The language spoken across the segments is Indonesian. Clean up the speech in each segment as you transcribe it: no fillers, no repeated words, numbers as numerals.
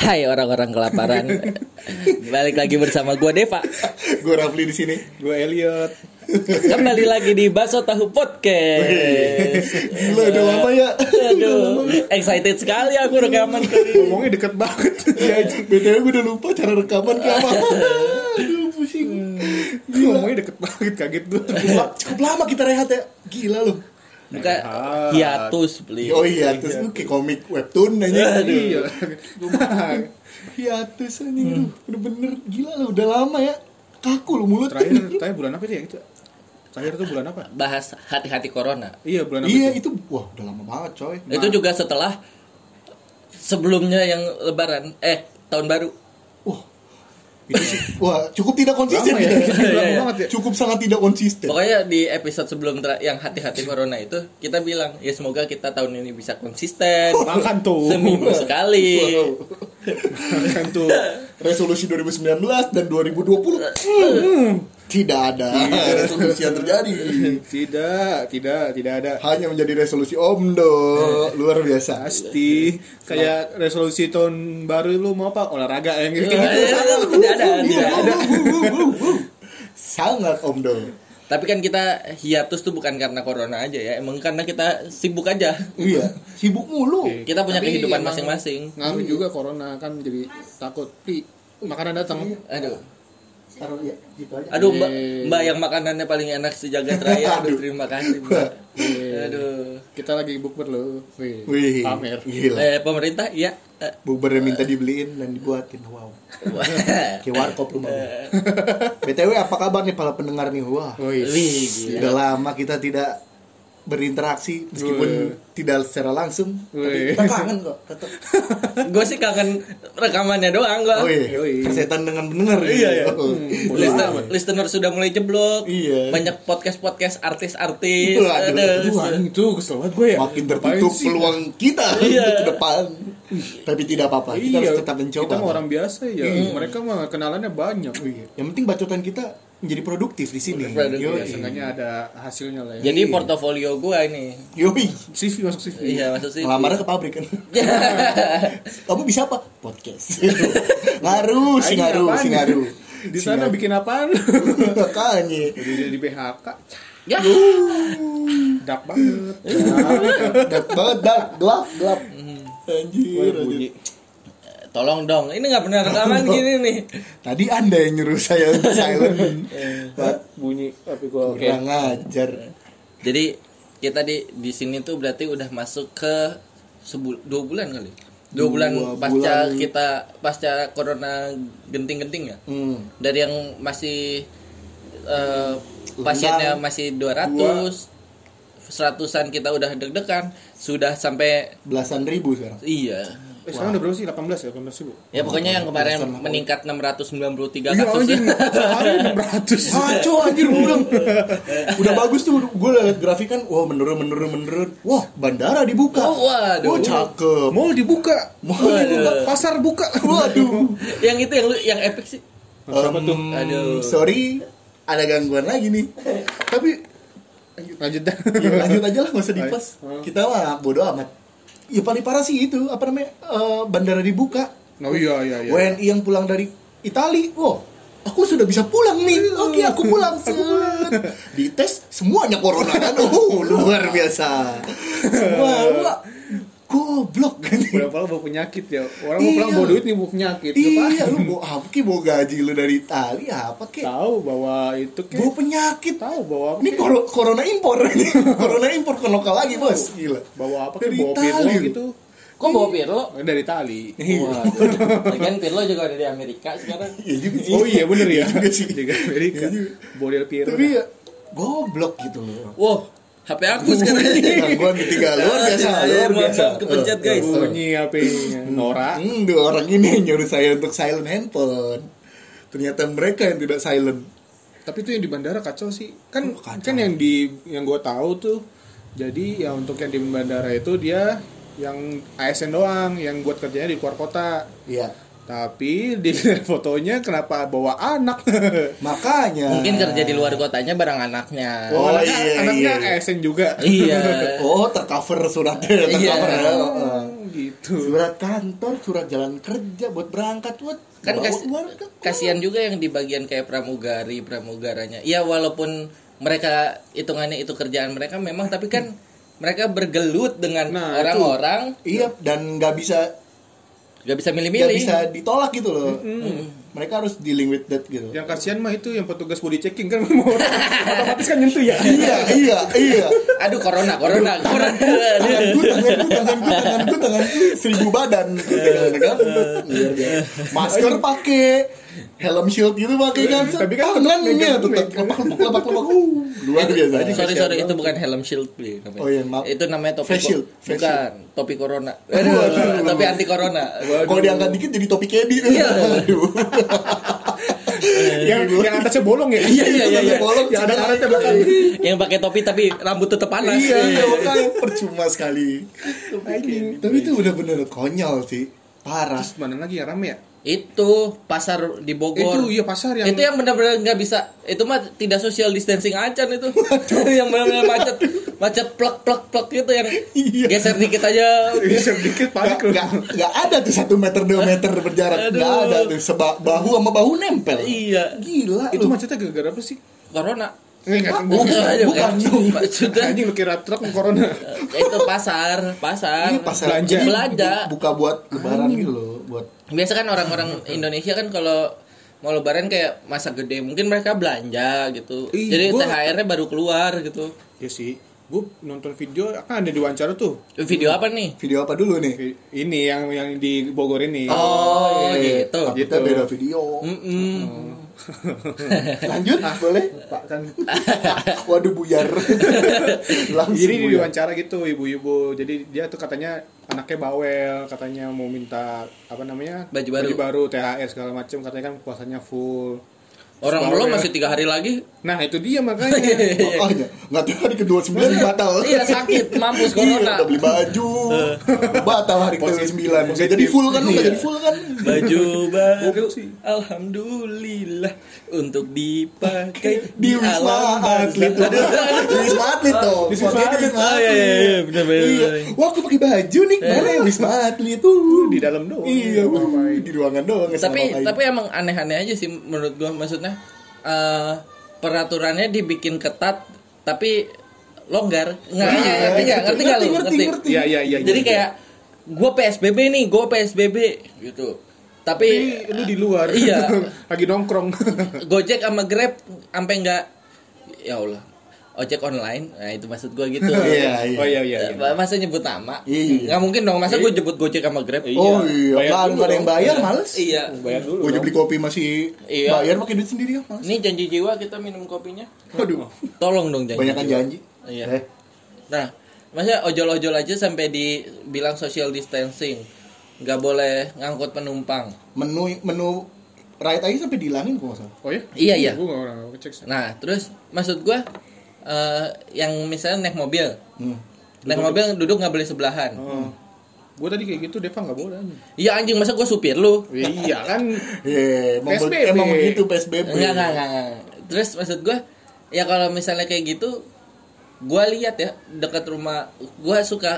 Hai orang-orang kelaparan. Balik lagi bersama gue Deva. Gue Rafli di sini. Gue Elliot. Kembali lagi di Bakso Tahu Podcast. Gila udah lama ya. Aduh, excited sekali aku rekaman kali. Ngomongnya deket banget. BTW gue udah lupa cara rekaman kayak apa. Aduh pusing. Ngomongnya deket banget, kaget gue. Cukup lama kita rehat ya. Gila loh. Bukan hiatus beli. Oh iya, terus lu kayak komik webtoon aja. Iya. Hiatus anjing. Bener-bener gila loh, udah lama ya. Kaku lo mulut. Terakhir bulan apa dia itu? Terakhir tuh bulan apa? Bahas hati-hati corona. Iya, bulan apa? Iya itu, wah udah lama banget coy. Itu juga setelah sebelumnya yang lebaran tahun baru. Wah. Itu sih, wah cukup tidak konsisten Lama ya? kita. Lama banget ya? Cukup sangat tidak konsisten. Pokoknya di episode sebelum yang hati-hati corona itu kita bilang ya semoga kita tahun ini bisa konsisten. Makan tuh. Seminggu sekali. Makan tuh. Resolusi 2019 dan 2020 tidak ada resolusi yang terjadi. Tidak ada. Hanya menjadi resolusi Omdo. Luar biasa. Pasti kayak resolusi tahun baru lu mau apa? Olahraga yang gitu. Tidak ada. Sangat Omdo. Tapi kan kita hiatus tuh bukan karena corona aja ya, emang karena kita sibuk aja. Iya, sibuk mulu. Kita punya Tapi kehidupan emang masing-masing. Ngaruh juga corona kan jadi takut. Makanan datang. Aduh. Taruh ya, gitu aja. Aduh, Mbak yang makanannya paling enak sejagat raya. Aduh, Aduh. terima kasih, Mbak. Aduh. Kita lagi bukber loh. Wih, Pamer. gila. Pemerintah iya. Bukbernya minta dibeliin dan dibuatin. Wow. Kayak warkop rumah gua. BTW apa kabar nih para pendengar nih? Wah. Wih, gila. Sudah lama kita tidak berinteraksi meskipun tidak secara langsung. Tapi kita kangen kok. Tetap. Gue sih kangen rekamannya doang kok. Oh iya. Persetan dengan bener. Iya. Oh. Listener sudah mulai jeblok. Iya. Banyak podcast artis-artis. Waduh. Aduh. Itu kesel banget gue ya. Makin tertutup peluang kita Iya. ke depan. Tapi tidak apa-apa. Kita harus tetap mencoba. Kita mah orang biasa ya. Mereka mah kenalannya banyak. Yang penting bacotan kita menjadi produktif di sini. Produktif. Yoi. Seenggaknya ada hasilnya lah ya. Jadi portofolio gue ini. Yoi. CV masuk CV. Iya, maksud sih. Ngelamarnya ke pabrik kan. Kamu bisa apa? Podcast. Ngaruh. Di sana bikin apaan? Makanya. Jadi di PHK. Ya. Dark banget. Dark banget, gelap. Anjir. Bunyi. Tolong dong, ini nggak pernah rekaman gini nih. Tadi Anda yang nyuruh saya untuk silent. Bunyi tapi gua oke. Kurang ajar. Jadi kita di sini tuh berarti udah masuk ke 2 bulan kali. 2 bulan pasca corona genting-genting ya. Dari yang masih pasiennya masih 200, 100-an kita udah deg-degan, sudah sampai belasan ribu sekarang. iya. Sekarang udah berapa sih? 18 ya? 18 ribu? Ya pokoknya yang kemarin meningkat 693 Iya kasus. anjir, sehari 600. Ngaco anjir udah. Udah bagus tuh, gue liat grafik kan. Wah menurun. Wah bandara dibuka. Oh, waduh. Oh cakep. Mall dibuka. Pasar buka. Waduh. Yang itu yang epic sih. Apa tuh? Aduh. Sorry, ada gangguan lagi nih. Tapi Lanjut dah. ya, lanjut aja lah, nggak usah dipas. Kita mah bodo amat. Ya paling parah sih itu apa namanya, bandara dibuka. Oh iya. WNI yang pulang dari Itali. Wow, aku sudah bisa pulang nih. Oke, aku pulang. Dites semuanya corona kan. Oh, luar biasa. Semua goblok kan. Berapa bawa penyakit ya? Orang mau pulang bawa duit nih bawa penyakit. Iya, lu mau apa ki, mau gaji lu dari Itali apa ki? Tahu bahwa itu Bawa penyakit. tahu bahwa Ini corona impor. Corona impor ke lokal lagi, Bos. Gila. bawa apa Dari bawa Itali. Pirlo gitu. Kok bawa Pirlo? Dari Itali. Lagian Pirlo juga ada di Amerika sekarang. Iya juga sih. Oh iya bener ya. Juga sih. Di Amerika. Bawa Del Piero. Tapi ya goblok gitu loh. Wow, HP aku sekarang ini. Gangguan ketiga luar biasa, luar biasa. Kepencet guys. Bunyi HP-nya. Nora. Dua orang ini nyuruh saya untuk silent handphone. Ternyata mereka yang tidak silent. Tapi itu yang di bandara kacau sih. Kan Kacau. kan yang gue tahu tuh. Jadi ya untuk yang di bandara itu dia yang ASN doang, yang buat kerjanya di luar kota. Iya. Tapi di fotonya kenapa bawa anak? Makanya. Mungkin kerja di luar kotanya bareng anaknya. Oh, anaknya iya. ASN juga. Iya. Oh, tercover suratnya, tercover. Iya. gitu. Surat kantor, surat jalan kerja buat berangkat buat Kan bawa keluarga. kasihan juga yang di bagian kayak pramugaranya. Iya, walaupun mereka hitungannya itu kerjaan mereka memang, tapi kan mereka bergelut dengan orang-orang. Iya, dan nggak bisa milih-milih. nggak bisa ditolak gitu loh. Mereka harus dealing with that gitu. Yang kasihan mah itu yang petugas body checking kan mau otomatis kan nyentuh ya. Iya. Aduh, corona. Tanganku 1000 badan. Masker pakai, helm shield gitu pakai kan. Tapi kan tangannya tetap lepak. Luar biasa. Sorry, itu bukan helm shield namanya. Oh iya, maaf. Itu namanya topi Face shield. Bukan, topi corona. Aduh. Topi anti corona. Kalau diangkat dikit jadi topi kedi. Iya. Aduh. yang atasnya bolong ya. Iya. Bolong. Yang ada karetnya belakang. Yang pakai topi tapi rambut tetap panas. Iya, makanya percuma sekali. Tapi itu benar-benar konyol sih. Parah. Terus mana lagi ya rame ya? Itu pasar di Bogor. Itu iya pasar yang Itu yang benar-benar nggak bisa. Itu mah tidak social distancing acan itu. Yang benar-benar macet plek gitu yang Iya. geser dikit aja. bisa dikit panik loh. Nggak ada tuh 1 meter 2 meter berjarak. Nggak ada tuh bahu sama bahu nempel. Iya. Gila. Itu lu. macetnya gara-gara apa sih? Corona. Enggak, bukan. Maksudnya anjing lu kira truk corona. itu pasar. Iya, pasar Belanja. Buka buat lebaran gitu loh, buat Biasa kan orang-orang Indonesia kan kalau mau lebaran kayak masa gede, mungkin mereka belanja gitu. Jadi THR-nya baru keluar gitu. Ya sih. Gue nonton video kan ada di wawancara tuh. Video apa nih? video apa dulu nih? Ini yang di Bogor ini. Oh, gitu. Kita beda video. Lanjut, boleh? Pak kan. Waduh, buyar. Langsung Jadi di buyar. wawancara gitu ibu-ibu. Jadi dia tuh katanya anaknya bawel, katanya mau minta apa namanya? Baju baru, THR segala macam, katanya kan puasanya full. Orang belum masih 3 hari lagi. Nah, itu dia makanya. Makanya nggak tahu hari ke-29 batal. Iya, sakit, mampus corona. Iya, udah beli baju. Batal hari ke-29. Nggak jadi full kan? Nggak jadi full kan? Baju baru Gokil sih. alhamdulillah untuk dipakai Di Wisma Atlet. Di Wisma Atlet tuh. Di Wisma Pakainya Atlet. Iya, benar. Iya. Wah, aku pakai baju nih. Mana ya Wisma Atlet tuh? Di dalam doang. Iya, di ruangan doang. Tapi emang aneh-aneh aja sih menurut gua, maksudnya peraturannya dibikin ketat tapi longgar. Ngerti nggak lu? Ngerti. Iya. Jadi kayak gue PSBB nih, gitu. Tapi lu di luar. Iya. Lagi nongkrong. Gojek sama Grab sampai nggak, ya Allah, ojek online. Nah itu maksud gue gitu. Iya. Oh iya. Masa nyebut nama? Iya. Nggak mungkin dong, masa gue jemput Gojek sama Grab? Oh iya, Bayar nggak ada yang bayar, males. Iya. Bayar dulu. Gue dong. beli kopi masih Iya. bayar pakai duit sendiri ya, males. Ini janji jiwa kita minum kopinya. Waduh, Tolong dong janji. banyakan jiwa. janji. Iya. Nah, masa ojol-ojol aja sampai dibilang social distancing, nggak boleh ngangkut penumpang. Menu ride aja sampai dihilangin kok nggak salah. Oh ya? Iya. Gue nggak ngecek sih. Nah, terus maksud gua yang misalnya naik mobil, duduk nggak boleh sebelahan. Gue tadi kayak gitu, Deva nggak boleh. Iya anjing, masa gua supir lu? Iya kan. PSBB. Emang begitu PSBB. Enggak. Terus maksud gua, ya kalau misalnya kayak gitu, gua lihat ya dekat rumah, gua suka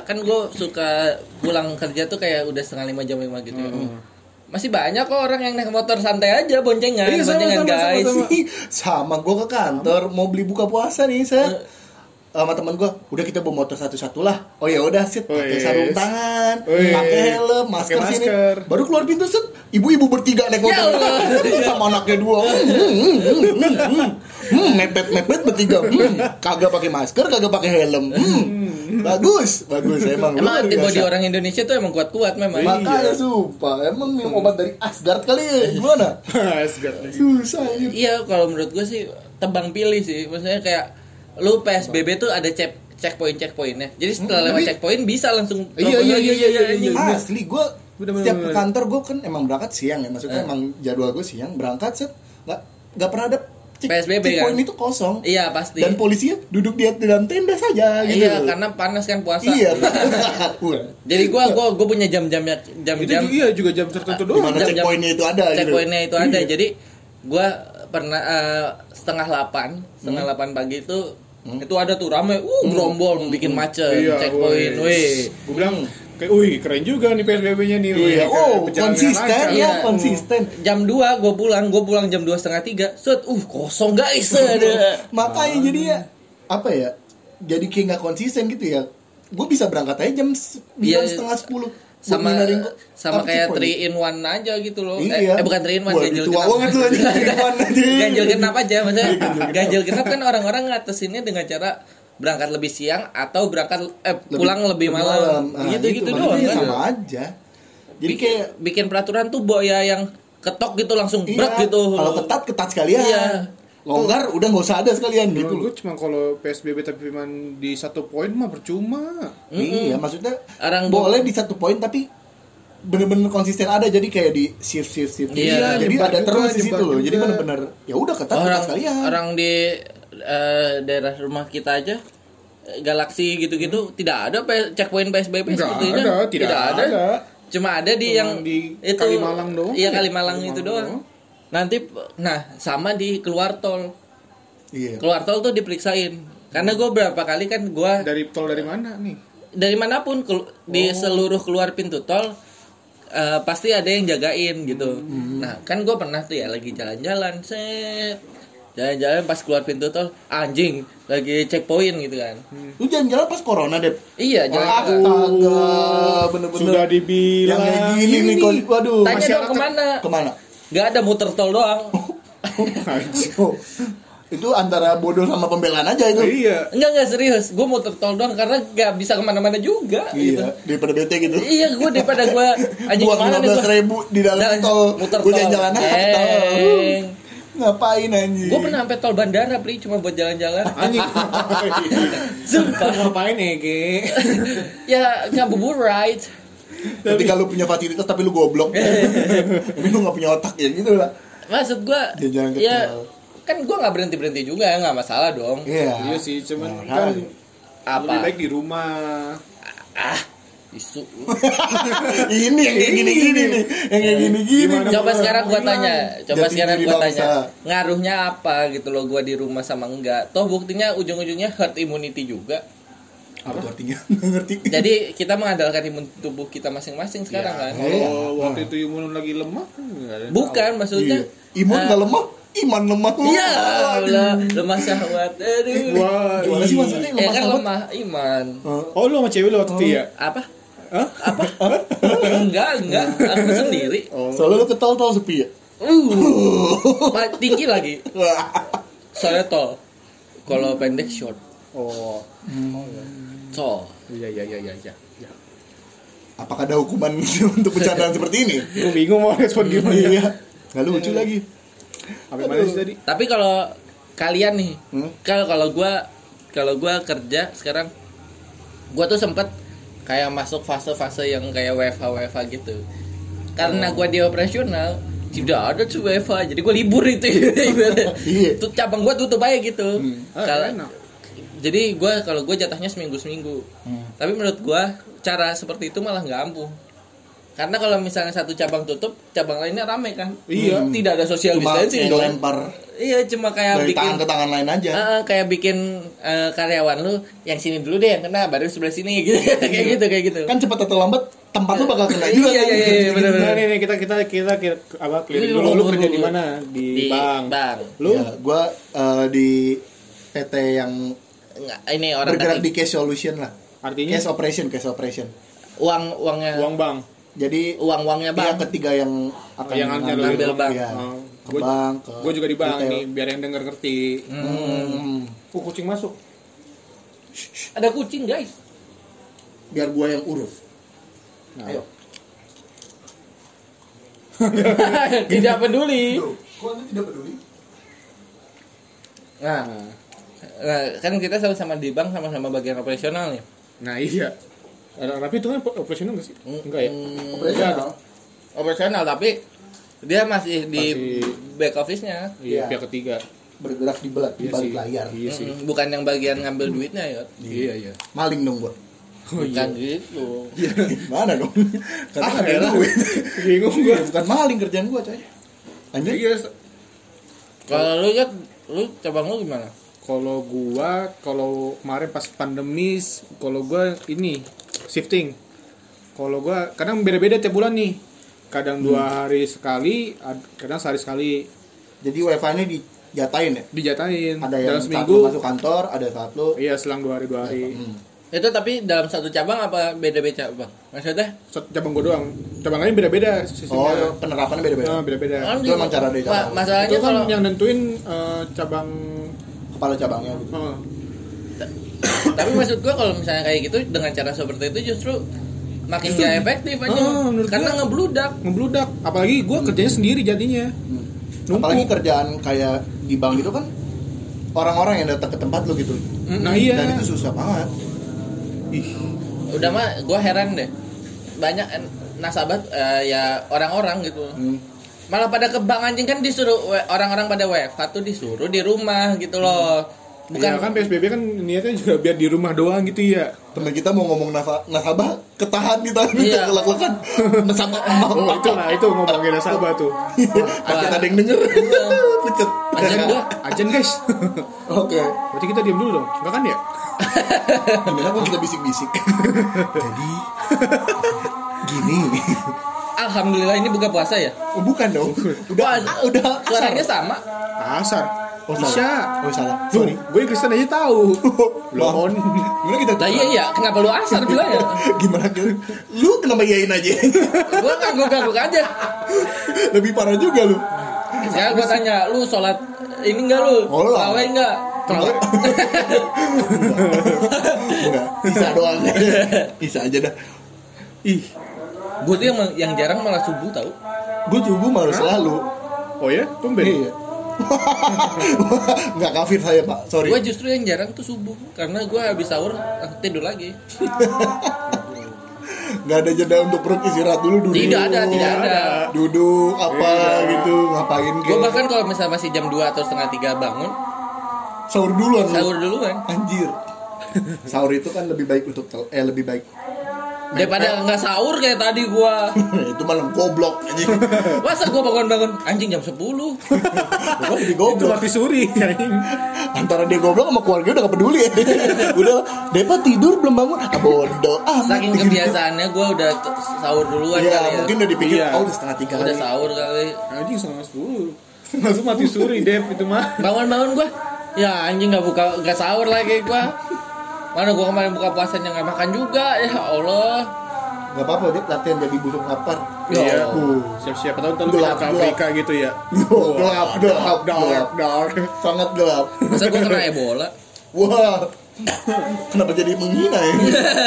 pulang kerja tuh kayak udah 4:30 jam 5 gitu. Ya. Masih banyak kok orang yang naik motor santai aja, boncengan guys. Sama gue ke kantor mau beli buka puasa nih, set. Sama teman gue, udah kita bawa motor satu-satu lah. Oh ya udah, set. Pakai sarung tangan, pakai helm, masker sini. Baru keluar pintu, set. Ibu-ibu bertiga naik motor. Sama anaknya 2. Mepet bertiga. Kagak pakai masker, kagak pakai helm. Bagus emang antibody orang Indonesia tuh emang kuat-kuat memang. Makanya sumpah, emang yang obat dari Asgard kali ya, gimana? Asgard. Susah ini. Iya, kalau menurut gue sih tebang pilih sih. Maksudnya kayak lu PSBB tuh ada checkpointnya. Jadi setelah lewat checkpoint bisa langsung. Iya. Asli gue setiap ke kantor gue kan emang berangkat siang ya, maksudnya emang jadwal gue siang berangkat, set. Nggak pernah ada PSBB checkpoint kan? Itu kosong. Iya pasti. Dan polisinya duduk di dalam tenda saja gitu. Iya, karena panas kan puasa. Iya. Jadi gua punya jam-jamnya, jam-jam. Iya juga jam tertentu doang. Dimana checkpointnya itu ada. Checkpointnya gitu. itu ada. Jadi gua pernah 7:30 pagi itu ada tuh rame, gerombol bikin macet, checkpoint, Gue bilang Kayak, wih keren juga nih PSBB-nya nih. Wih, Iya. Oh, perjalanan konsisten lancar. ya, konsisten. Jam 2 gue pulang jam 2:30 set, kosong guys ada. Makanya jadi ya apa ya? Jadi kayak nggak konsisten gitu ya. Gue bisa berangkat aja jam 9:30 10. sama Apa kayak checkpoint? 3 in 1 aja gitu loh. Iya. Bukan 3 in 1, Wah, ganjil tua genap. banget tuh aja, 3 in 1 aja. Ganjil genap aja maksudnya. Ganjil genap kan orang-orang ngatasinnya dengan cara berangkat lebih siang atau berangkat pulang lebih malam. Nah, Gitu maksudnya doang ya kan. sama aja. Jadi kayak Bikin peraturan tuh ya yang ketok gitu langsung brak gitu. Kalau ketat sekalian. Iya. Longgar udah nggak usah ada sekalian gitu. Gue cuma kalau PSBB tapi cuma di 1 poin mah percuma. Iya, maksudnya Orang boleh di 1 poin tapi bener-bener konsisten ada, jadi kayak di shift. Iya, jadi nyebar ada juga, terus di situ nyebar loh. Jadi juga. bener-bener ya udah ketat sekalian. Orang di daerah rumah kita aja Galaksi gitu-gitu tidak ada checkpoint PSBB Nggak sepertinya. ada, tidak ada. Cuma ada di Cuma yang di itu Kalimalang doang. Iya, Ya? Kalimalang itu doang. Nanti sama di keluar tol. Iya. Keluar tol tuh diperiksain. Karena gue berapa kali kan gue Dari tol dari mana nih? dari manapun di seluruh keluar pintu tol pasti ada yang jagain gitu. Nah, kan gue pernah tuh ya lagi jalan-jalan, jalan-jalan pas keluar pintu tol, anjing lagi checkpoint gitu kan. Lu jalan-jalan pas corona, Dep? Iya, jalan. Astaga, bener-bener. Sudah dibilang. Yang kayak gini nih, waduh. Tanya dong masyarakat- kemana? Kemana? Gak ada, muter tol doang. Oh, itu antara bodoh sama pembelaan aja itu. Iya. Enggak serius. Gue muter tol doang karena gak bisa kemana-mana juga. Gitu. Iya, daripada bete gitu. Iya, gue daripada gue anjing Buang kemana nih gue. 15.000 di dalam tol. Muter Gue tol. jalan-jalan aja. Geng. Ngapain anjing? Gue pernah sampai tol bandara, Pri, cuma buat jalan-jalan. Anjing. Sumpah. Ngapain Ege? Ya ngabuburit. Ketika lu punya fasilitas tapi lu goblok. Tapi lu gak punya otak ya gitu lah. Maksud gue, Jalan-jalan ke ya tol. kan gue nggak berhenti juga ya, nggak masalah dong. Iya. Iya sih, cuman Nah, kan Apa? lebih baik di rumah. Isu. Ini yang kayak gini-gini nih. Yang kayak gini-gini. Gimana? Coba sekarang gue tanya, Jati diri bangsa. ngaruhnya apa gitu loh gue di rumah sama enggak? Toh buktinya ujung-ujungnya herd immunity juga. Apa tuh artinya? Nggak ngerti. Jadi kita mengandalkan imun tubuh kita masing-masing sekarang kan. Kalau waktu itu imun lagi lemah kan nggak ada yang Bukan, tahu. maksudnya Iya. Imun nggak lemah, iman lemah. Iya, Allah, lemah syahwat. Aduh. Wah, Gimana sih maksudnya Ya lemah kan sahabat? lemah iman. Oh lu sama cewek lu waktu itu ya? Apa? Hah? Apa? Enggak, aku sendiri. Soalnya lu ke tol sepi ya? Tinggi lagi. Soalnya tol. Kalau pendek short. Oh. Tol. Iya. Apakah ada hukuman untuk bercandaan seperti ini? Gue bingung mau respon gimana. Iya. Nggak lucu lagi. Apa mana sih tadi? Tapi kalau kalian nih, Hmm? kalau gua kerja sekarang, gua tuh sempet kayak masuk fase-fase yang kayak WFH gitu. Karena gua di operasional, tidak ada tuh WFH, jadi gua libur itu. Iya. Tuh cabang gua tutup aja gitu. Kalau Enak. jadi kalau gua jatahnya seminggu. Tapi menurut gua cara seperti itu malah nggak ampuh. Karena kalau misalnya satu cabang tutup, cabang lainnya rame kan. Iya. Tidak ada social Cuma distancing. dong. lempar Iya, cuma kayak dari bikin tangan ke tangan lain aja. kayak bikin karyawan lu yang sini dulu deh yang kena, baru sebelah sini gitu. kayak gitu. Kan cepat atau lambat tempat lu bakal kena juga. Iya, kan? iya, bener-bener. Nah, nih kita apa clear Ini dulu. lu Lu kerja di mana? Di bank. Lu Ya, gua di PT yang Enggak, ini orang bergerak tadi di cash solution lah. artinya Cash operation. uangnya uang bank. Jadi uangnya pihak bang. ketiga yang akan Yang ngambil bank. ya, Oh, ke gua- bank, ke Gue juga di bank retail. nih, biar yang denger ngerti. Kucing masuk. Ada kucing guys. Biar gua yang urus. Nah, Ayo. Tidak peduli. Kok Anda tidak peduli? Nah, kan kita sama-sama di bank, sama-sama bagian operasional nih. Nah iya. Tapi itu kan operasional nggak sih? Enggak ya? Operasional. Operasional tapi dia masih di Masih- back office-nya. Iya, Iya. pihak ketiga. Bergerak di balik Iya sih. layar. Iya sih. Bukan yang bagian ngambil duitnya ya. Iya. Maling dong gua. Bukan gitu. Gimana dong? Karena Ah, ada elah. duit. Bingung Iya, gua. bukan maling kerjaan gua, coy. Lanjut. Iya. Kalau lu ya, lu cabang lu gimana? Kalau kemarin pas pandemi, kalau gua ini shifting. Kalau gua kadang beda-beda tiap bulan nih. Kadang 2 hari sekali, kadang sehari sekali. Jadi WFH-nya dijatain ya? Dijatahin. Ada yang dalam saat seminggu lu masuk kantor, ada saat lu iya, selang 2 hari 2 hari. Itu tapi dalam satu cabang apa beda-beda cabang? Maksudnya? Cabang gua doang. Cabang lain beda-beda Oh, sistemnya. penerapannya beda-beda. Beda-beda. Itu emang cara dia cabang. Masalahnya Itu kan kalau yang nentuin cabang Kepala cabangnya gitu. tapi maksud gua kalau misalnya kayak gitu dengan cara seperti itu justru makin Justru- gak efektif aja. menurut Karena gua- ngebludak. Apalagi gua kerjanya sendiri jadinya. Numpuk. Apalagi kerjaan kayak di bank itu kan orang-orang yang datang ke tempat lu gitu. Nah iya. Dan itu susah banget. Ih, Udah mah gua heran deh. Banyak nasabah ya orang-orang gitu. Malah pada ke bank anjing kan disuruh orang-orang pada WFH tuh disuruh di rumah gitu loh. bukan kan PSBB kan niatnya juga biar di rumah doang gitu ya. Temen kita mau ngomong nasabah, ketahan kita Iya. kelak-kelakan nasabah. Itu ngomongin nasabah tuh. Takut ada yang denger. Pucet. Ajan gua. Ajan guys. Oke. Berarti kita diam dulu dong. Enggak kan ya? Gimana kalau kita bisik-bisik? Jadi gini. Alhamdulillah ini buka puasa ya. Oh, bukan dong. Udah Suaranya sama. Asar. Oh, Isya. salah. Oh, salah. Tuh, Sorry. gue Kristen aja tahu. Loh. Loh. Gimana kita Nah iya, kenapa lu asar bilang ya? Gimana kita? Lu kenapa iyain aja? Gua ngangguk-ngangguk aja. Lebih parah juga lu. Sekarang gua tanya, lu sholat ini enggak lu? Oh, lah. Terawih enggak? Enggak. Bisa doang. Bisa aja dah. Ih. Gua tuh yang jarang malah subuh tau. Gue subuh malah selalu. Oh ya? Tumben. Iya. Nggak kafir saya pak, sorry. Gua justru yang jarang tuh subuh karena gua habis sahur tidur lagi. Nggak ada jeda untuk perut istirahat dulu. Tidak ada. Duduk apa gitu, ngapain Gua bahkan kalau misalnya masih jam 2 atau setengah 3 bangun, sahur duluan. sahur duluan. Anjir. Sahur itu kan lebih baik untuk lebih baik. Daripada nggak sahur kayak tadi gua. Itu malam goblok anjing. Masa gua bangun-bangun anjing jam 10. Gua lebih Itu goblok. mati suri. Antara dia goblok sama keluarga udah gak peduli. Udah Depa tidur belum bangun. Ah bodoh. Saking kebiasaannya gua udah sahur duluan Iya, kali ya. mungkin udah dipikir Iya. oh udah setengah 3 Udah kali. sahur kali. Anjing 9:30. Langsung mati suri, Dev itu mah. Bangun-bangun gua. Ya anjing nggak sahur lagi gua. Mana gua kemarin buka puasanya nggak makan juga. Ya Allah. Gak apa-apa, dia latihan jadi busuk lapar. Iya. Uh. Siap-siap tahu kita Gelap, ke Afrika gitu ya. Gelap. Sangat gelap. Masa gua kena Ebola? Wah. Kenapa jadi menghina ya?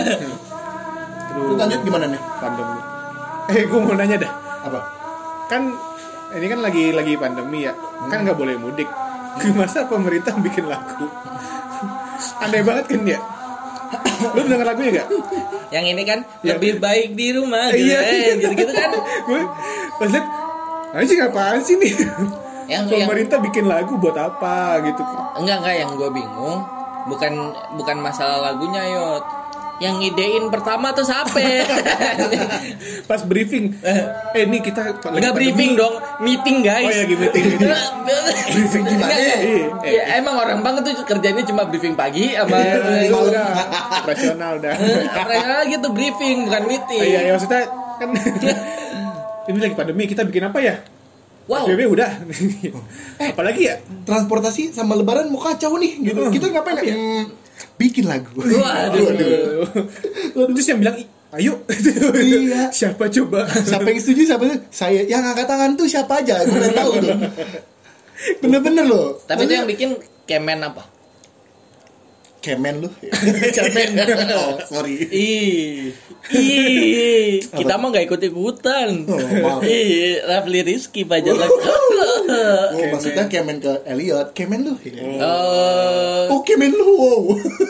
Lu lanjut gimana nih? Pandemi. Gue mau nanya dah. Apa? Kan ini kan lagi pandemi ya. Kan nggak boleh mudik. Masa pemerintah bikin lagu? Aneh banget kan ya? Lu denger lagunya gak? Yang ini kan Ya. lebih baik di rumah gitu. Iya. Gitu-gitu kan. Gue pas liat, anjing apaan sih nih? Yang Pemerintah bikin lagu buat apa gitu? enggak yang gua bingung bukan masalah lagunya Yot. Yang ngidein pertama tuh siapa? Pas briefing, ini kita lagi Enggak briefing pandemi. dong, meeting guys. Oh ya, lagi meeting. Briefing gimana? Ya, emang orang banget tuh kerjanya cuma briefing pagi sama Itu udah operasional dah. Operasional gitu briefing bukan meeting. Iya, ya maksudnya kan ini lagi pandemi, kita bikin apa ya? Wow. PSBB udah. Apalagi ya? Transportasi sama lebaran mau kacau nih gitu. Kita ngapain ya? Bikin lagu. Waduh. Terus yang bilang, ayo. Iya. Siapa coba? Siapa yang setuju? Siapa tuh? Saya yang angkat tangan tuh siapa aja? Gue udah tahu tuh. Bener-bener loh. Tapi itu yang bikin Kemen apa? Kemen lu. Kemen. Oh, sorry. Ih, kita mah nggak ikut-ikutan. Oh, maaf. Rafli Rizky pajak lagi. Oh, maksudnya Kemen ke Elliot. Kemen lu. Oh, Oh, Kemen lu. Wow.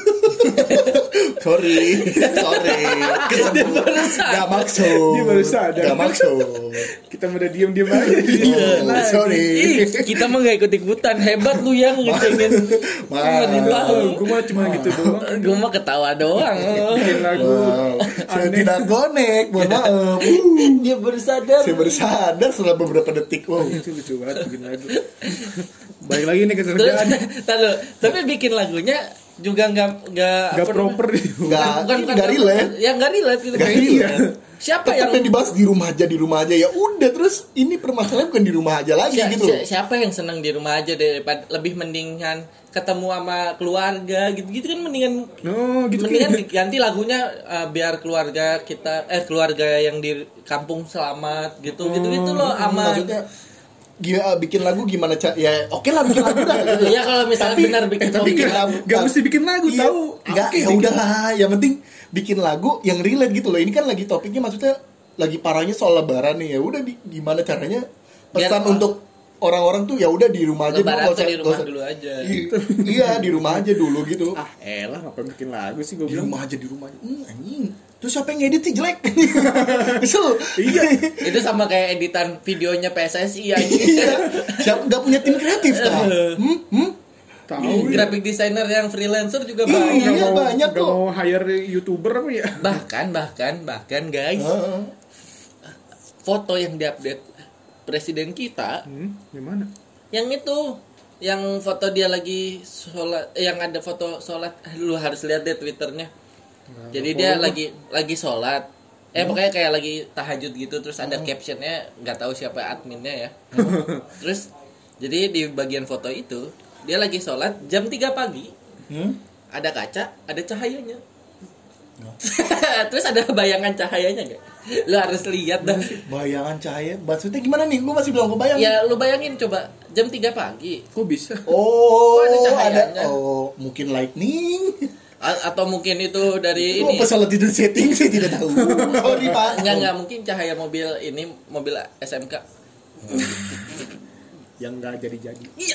Sorry. Dia baru sadar. Gak maksud. Dia baru sadar. Gak maksud. Kita udah diem aja. Oh, sorry. ih, kita mah nggak ikut-ikutan. Hebat lu yang ngecengin pemerintah lu. Gue mah cuma gitu doang. Gue mah ketawa doang. Bikin lagu. Wow. Saya tidak connect. Mohon maaf. Dia baru sadar. Saya baru sadar setelah beberapa detik. Wow. Itu lucu banget bikin lagu. Balik lagi nih ke Terus, kerjaan. tahu, tapi bikin lagunya juga nggak Gak proper nih. Nggak relate. Ya nggak relate gitu. Nggak Iya. relate. Siapa tetap yang dibahas di rumah aja ya udah. Terus ini permasalahan bukan di rumah aja lagi gitu loh. Siapa yang senang di rumah aja daripada lebih mendingan ketemu sama keluarga gitu kan mendingan ganti lagunya biar keluarga kita keluarga yang di kampung selamat gitu loh aman. Maksudnya bikin lagu gimana ya oke lah bikin lagu dah gitu. Ya kalau misalnya benar bikin lagu nggak mesti bikin lagu tahu nggak ya udahlah yang penting bikin lagu yang relate gitu loh. Ini kan lagi topiknya maksudnya lagi parahnya soal lebaran nih, ya udah gimana caranya pesan untuk orang-orang tuh ya udah di rumah aja dulu, di rumah dulu aja. Iya, di rumah aja dulu gitu. Elah ngapain bikin lagu sih gue di bilang. Di rumah aja. Anjing. Terus siapa yang ngedit sih jelek? Kesel. Iya. Itu sama kayak editan videonya PSSI anjing. Iya. Siapa enggak punya tim kreatif kah? Tahu graphic designer yang freelancer juga banyak. Iya, banyak kok. Mau hire YouTuber apa ya? Bahkan guys. Foto yang diupdate presiden kita gimana? Yang itu yang foto dia lagi sholat, yang ada foto sholat, lu harus lihat deh Twitternya. Jadi dia lagi sholat, pokoknya kayak lagi tahajud gitu, terus ada captionnya, nggak tahu siapa adminnya ya. Terus jadi di bagian foto itu dia lagi sholat jam 3 pagi, ada kaca, ada cahayanya. Terus ada bayangan cahayanya nggak? Lu harus lihat dah. Bayangan cahaya, maksudnya gimana nih? Gue masih belum kebayang. Ya lu bayangin coba jam 3 pagi. Kok bisa? Oh, ada cahayanya. Mungkin lightning. Atau mungkin itu dari ini. Apa salah tidur setting sih tidak tahu. Sorry Pak. Enggak mungkin cahaya mobil mobil SMK. Yang nggak jadi. Iya.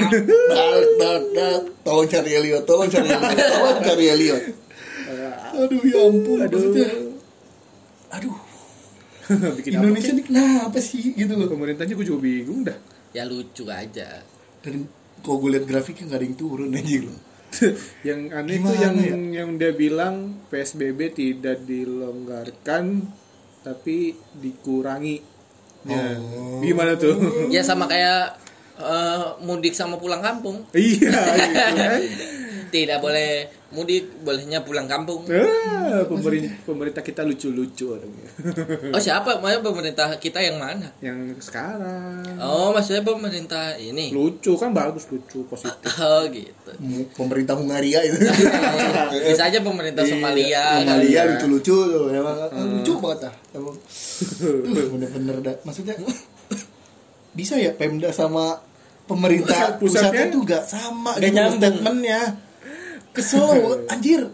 Tolong cari Elliot. Aduh ya ampun. Maksudnya aduh. Bikin Indonesia ini kenapa sih gitu loh. Pemerintahnya gue juga bingung dah. Ya lucu aja. Dan kalau gue liat grafiknya nggak ada yang turun aja loh. Yang aneh itu yang dia bilang PSBB tidak dilonggarkan tapi dikurangi. Ya, gimana tuh? Ya sama kayak mudik sama pulang kampung. Iya, kan? Tidak boleh mudik, bolehnya pulang kampung. Pemerintah kita lucu-lucu orangnya. Oh siapa? Maksudnya pemerintah kita yang mana? Yang sekarang. Oh maksudnya pemerintah ini. Lucu kan, bagus, lucu, positif. Oh gitu. Pemerintah Hungaria itu. Bisa aja pemerintah Somalia. Somalia lucu-lucu tuh, emang lucu banget dah. Emang. Bener-bener dah. Maksudnya bisa ya Pemda sama pemerintah pusatnya tuh gak sama gitu statementnya. Kesel anjir.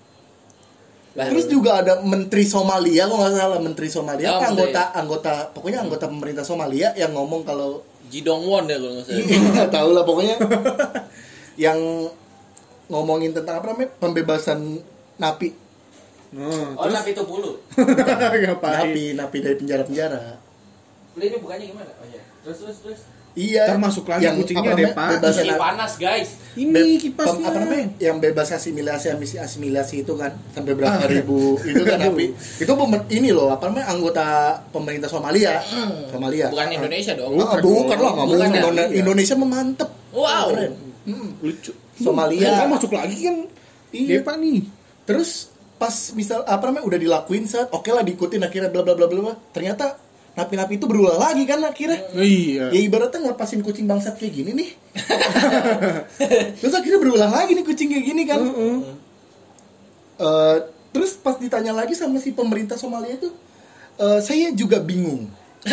Terus juga ada menteri Somalia, kalau nggak salah menteri Somalia, anggota pokoknya anggota pemerintah Somalia yang ngomong kalau Jidong Won ya kalau nggak salah. Nggak tahu lah pokoknya yang ngomongin tentang apa namanya pembebasan napi. Napi itu bulu. Napi dari penjara. Ini bukannya gimana? Oh ya. Terus. Iya. Termasuk lagi yang kucingnya ada panas guys. Ini kipasnya. Apa namanya? Yang bebas asimilasi itu kan sampai berapa ribu itu kan napi. Itu ini loh apa namanya anggota pemerintah Somalia. Bukan Indonesia dong. Bukan lah, Indonesia memantep. Wow. Lucu. Somalia. Kan masuk lagi kan. Iya Pak nih. Terus pas misal apa namanya udah dilakuin saat oke lah diikutin akhirnya bla bla bla bla. Ternyata napi-napi itu berulang lagi kan akhirnya. Iya. Ya ibaratnya ngelepasin kucing bangsat kayak gini nih. Terus akhirnya berulang lagi nih kucing kayak gini kan. Terus pas ditanya lagi sama si pemerintah Somalia itu, saya juga bingung.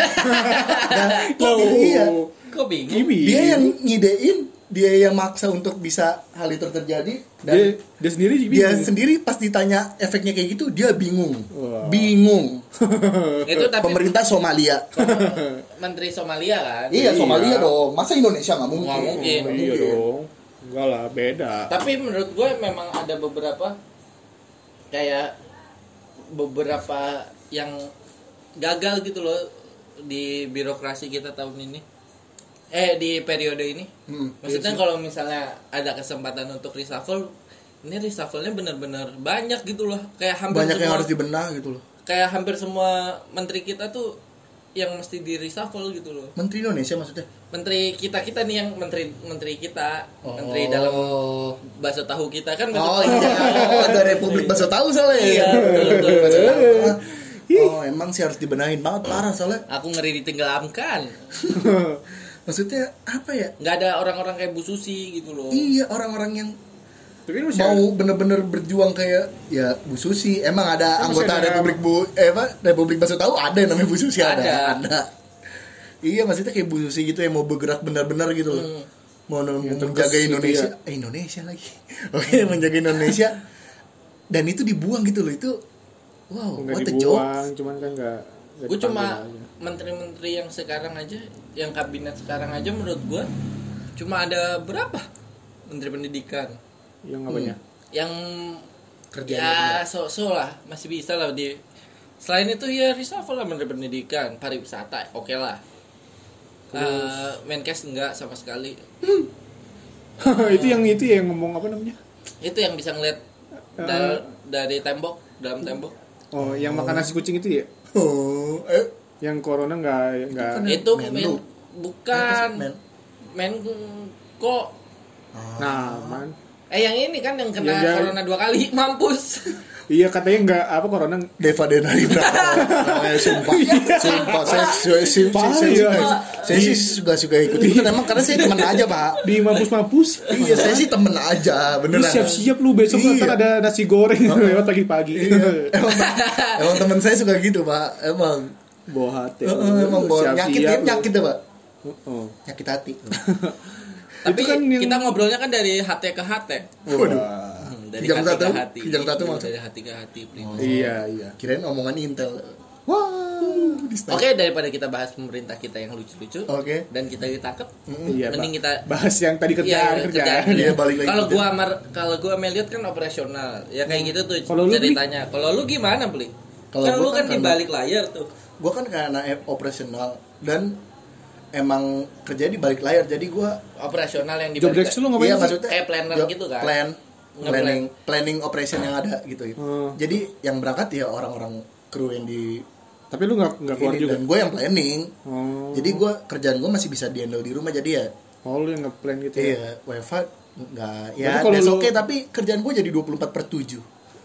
Kok bingung? Dia yang ngidein, dia yang maksa untuk bisa hal itu terjadi dan dia sendiri pas ditanya efeknya kayak gitu dia bingung. Bingung. Itu tapi pemerintah Somalia. Menteri Somalia kan? Iya, Somalia dong. Masa Indonesia nggak mungkin? Nggak mungkin. Iya dong. Enggak lah, beda. Tapi menurut gue memang ada beberapa yang gagal gitu loh di birokrasi kita tahun ini. Di periode ini. Maksudnya kalau misalnya ada kesempatan untuk reshuffle, ini reshuffle-nya benar-benar banyak gitu loh. Kayak hampir banyak yang harus dibenah gitu loh. Kayak hampir semua menteri kita tuh yang mesti di reshuffle gitu loh. Menteri Indonesia maksudnya? Menteri kita nih yang menteri kita, menteri dalam bakso tahu kita kan. Ada Republik Bakso Tahu soalnya. Iya, betul. Oh, emang sih harus dibenahin banget parah soalnya. Aku ngeri ditenggelamkan. Maksudnya apa ya? Nggak ada orang-orang kayak Bu Susi gitu loh. Iya, orang-orang yang Tapi kan mau bener-bener berjuang kayak ya Bu Susi. Emang ada anggota Republik Bakso Tahu ada yang namanya Bu Susi ada. Iya, maksudnya kayak Bu Susi gitu yang mau bergerak benar-benar gitu loh. Mau menjaga Indonesia. Indonesia lagi. Oke, menjaga Indonesia. Dan itu dibuang gitu loh. Itu wow, nggak what a dibuang, joke. cuman kan nggak Gue cuma aja. menteri-menteri yang sekarang aja, yang kabinet sekarang aja menurut gue cuma ada berapa menteri pendidikan Yang apanya? yang Kerjaan ya so lah masih bisa lah di. Selain itu ya reshuffle lah menteri pendidikan, pariwisata oke lah. Menkes enggak sama sekali. itu yang ngomong apa namanya? Itu yang bisa ngeliat dari dalam tembok. Oh, yang makan nasi kucing itu ya? Oh, Yang corona nggak Itu Menlu. bukan Menko. Nah, man. Yang ini kan yang kena Yang corona 2 kali mampus. Iya, katanya nggak apa corona. Deva Denarina. Sumpah. Saya sih suka ikut emang karena saya teman aja, Pak. Di mampus-mampus. Iya, saya sih temen aja, Lu beneran. siap-siap lu besok kan ada nasi goreng lewat pagi-pagi. Emang temen saya suka gitu, Pak. Emang Bawa hati. emang bawa nyakit ya, Pak. Oh. Nyakit hati. Tapi Itu kan yang- kita ngobrolnya kan dari hati ke hati. Waduh. Dari Kijang hati satu, ke hati. kijang satu Itu maksud. dari hati ke hati. Iya. Kirain omongan Intel. Oke, daripada kita bahas pemerintah kita yang lucu-lucu Oke. dan kita ditangkap, Iya, mending Pak. kita bahas yang tadi kerjaan. Iya, balik lagi Kalau kerjaan. kalau gua melihat kan operasional, ya kayak gitu tuh Kalau lu, ceritanya. Kalau lu gimana, Bli? Kalau Kan gua lu kan kan di karena- balik layar tuh. Gue kan karena operasional dan emang kerja di balik layar, jadi gue Operasional yang di Job balik desk lu ngapain iya sih? maksudnya Kayak planner gitu kan? planning operation yang ada gitu. Jadi yang berangkat ya orang-orang kru yang di Tapi lu nggak keluar ini, juga. dan gue yang planning. Oh. Jadi gue kerjaan gue masih bisa di handle di rumah, jadi ya Oh, lu yang nge-plan gitu ya. iya WFH nggak ya Berarti kalau that's lu- oke, tapi kerjaan gue jadi 24/7.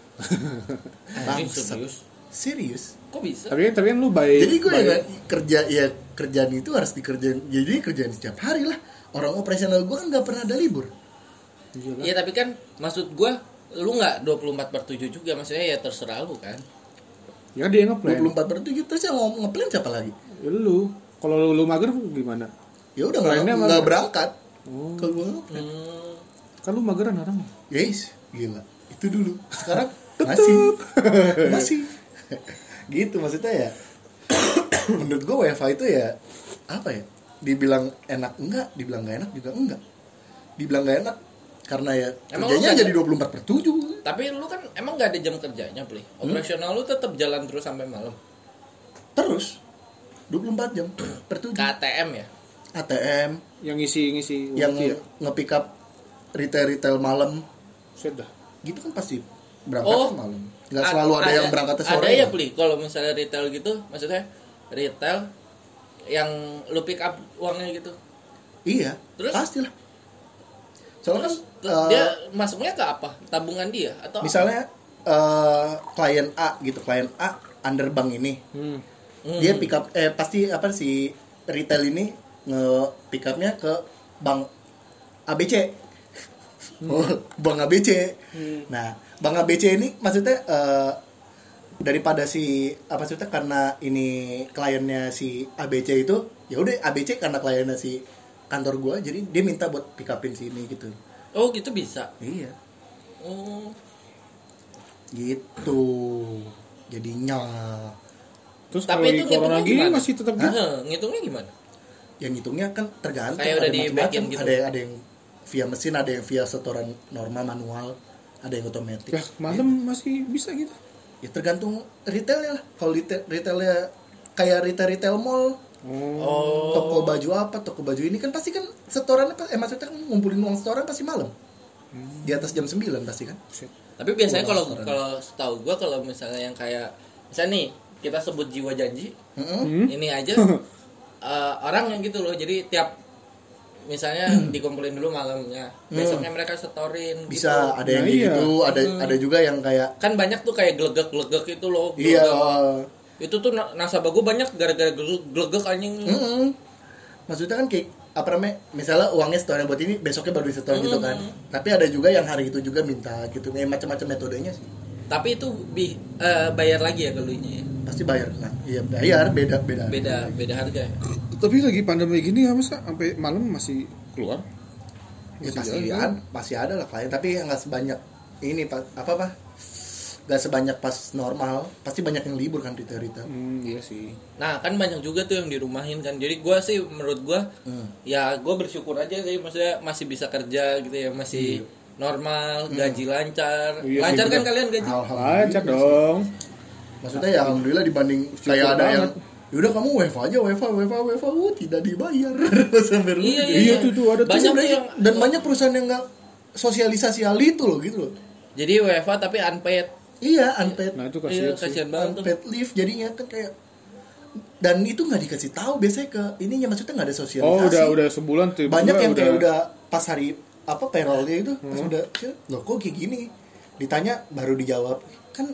Anjing, serius. Serius. Kok bisa? Tapi kan lu baik. Jadi gue ya kerja ya kerjaan itu harus dikerjain. Jadi kerjaan setiap hari lah. Orang operasional gue kan nggak pernah ada libur. Iya, tapi kan maksud gua lu nggak 24/7 juga, maksudnya ya terserah lu kan. Ya dia yang nge-plan. 24/7 terus yang mau ngeplan siapa lagi? Ya lu. Kalau lu mager gimana? Ya udah Plannya nggak mager. berangkat. Oh. Kalau gue ngeplan. Kan lu mageran orang. Guys, gila. Itu dulu. Sekarang masih. Gitu maksudnya ya. Menurut gue WFH itu ya apa ya? Dibilang enak enggak, dibilang nggak enak juga enggak. Dibilang nggak enak karena ya Emang kerjanya lu nggak jadi 24/7. Tapi lu kan emang nggak ada jam kerjanya, Bli. Operasional lu tetap jalan terus sampai malam. Terus 24 jam per 7. KTM ya. ATM Yang ngisi yang waktu ya. nge-pick up retail malam Sudah. gitu kan pasti berangkat malam. Nggak selalu ada yang berangkat sore. Ada ya, Bli. Kalau misalnya retail gitu, maksudnya retail yang lu pick up uangnya gitu. Iya, Terus? pastilah. Soalnya kan Dia masuknya ke apa? Tabungan dia atau misalnya klien A gitu, klien A under bank ini. Dia pick up pasti apa sih retail ini nge-pick up-nya ke bank ABC. Oh, bank ABC. Nah, bank ABC ini maksudnya daripada si apa maksudnya karena ini kliennya si ABC itu, ya udah ABC karena kliennya si kantor gua, jadi dia minta buat pick upin sini gitu. Oh, gitu bisa. Iya. Oh. Gitu. Jadinya Terus Tapi kalau itu di corona ngitungnya gini gimana? masih tetap gitu. Ngitungnya gimana? yang ngitungnya kan tergantung, Kayak udah ada di macam-macam. back-in gitu. Ada yang via mesin, ada yang via setoran normal manual, ada yang otomatis. Ya, malam masih bisa gitu. Ya tergantung retailnya lah. Kalau retailnya kayak retail mall, Oh. toko baju apa, toko baju ini kan pasti kan setorannya maksudnya kan ngumpulin uang setoran pasti malam. Di atas jam 9 pasti kan. Tapi biasanya Oh, kalau restoran. kalau setahu gua kalau misalnya yang kayak misalnya nih kita sebut jiwa janji, ini aja orang yang gitu loh. Jadi tiap misalnya dikumpulin dulu malamnya, besoknya mereka setorin. Bisa gitu. ada yang Nah, kayak iya. gitu, ada juga yang kayak Kan banyak tuh kayak gelegek-gelegek itu loh. iya, gelegek. Itu tuh nasabah gue banyak gara-gara glegek anjing. Maksudnya kan kayak apa namanya, misalnya uangnya setoran buat ini, besoknya baru disetoran gitu kan. Tapi ada juga yang hari itu juga minta gitu, macam-macam metodenya sih. Tapi itu bayar lagi ya kalau ini ya? Pasti bayar kan? Iya bayar, beda harga. Tapi lagi pandemi gini ya masa sampai malam masih keluar? Ya pasti ada lah klien, tapi nggak sebanyak ini nggak sebanyak pas normal, pasti banyak yang libur kan Rita. Iya sih. Nah kan banyak juga tuh yang dirumahin kan. Jadi gue sih menurut gue ya gue bersyukur aja sih, maksudnya masih bisa kerja gitu ya, masih normal, gaji lancar. Lancar kan kalian gaji? Lancar dong. Maksudnya ya alhamdulillah dibanding kayak ada yang yaudah kamu WFH aja, tidak dibayar sampai iya tuh ada banyak tuh yang, dan banyak perusahaan yang nggak sosialisasi hal itu loh gitu loh. Jadi WFH tapi unpaid. Iya unpaid. Nah itu kasihan banget unpaid leave jadinya kan kayak, dan itu nggak dikasih tahu biasanya ke ininya, maksudnya nggak ada sosialisasi. Udah sebulan tuh banyak yang kayak udah pas hari payrollnya itu pas udah loh kok kayak gini, ditanya baru dijawab kan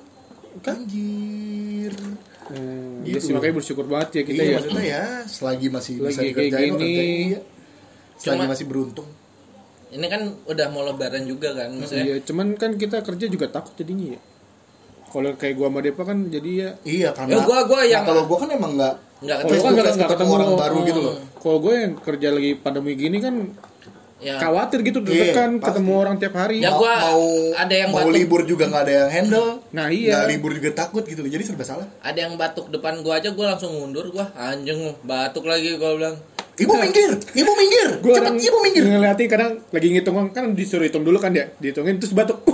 anjir. Gitu. Sih, makanya bersyukur banget ya kita ya. Maksudnya ya selagi masih bisa dikerjain kerjain, selagi masih beruntung. Ini kan udah mau lebaran juga kan maksudnya. Iya, cuman kan kita kerja juga takut jadinya ya. Kalau kayak gua sama Depa kan jadi ya. Iya karena gua yang kalau gua kan emang nggak ketemu orang baru gitu loh. Kalau gue yang kerja lagi pandemi gini kan ya khawatir gitu deg-degan ketemu orang tiap hari. Ya gua ada yang mau libur juga nggak ada yang handle. Nah iya. Nggak libur juga takut gitu loh, jadi serba salah. Ada yang batuk depan gua aja, gua langsung mundur, gua anjing batuk lagi gua bilang. Ibu minggir. Gua Cepet ibu minggir. Ngeliatin kadang lagi ngitung kan disuruh hitung dulu kan ya, dihitungin terus batuk.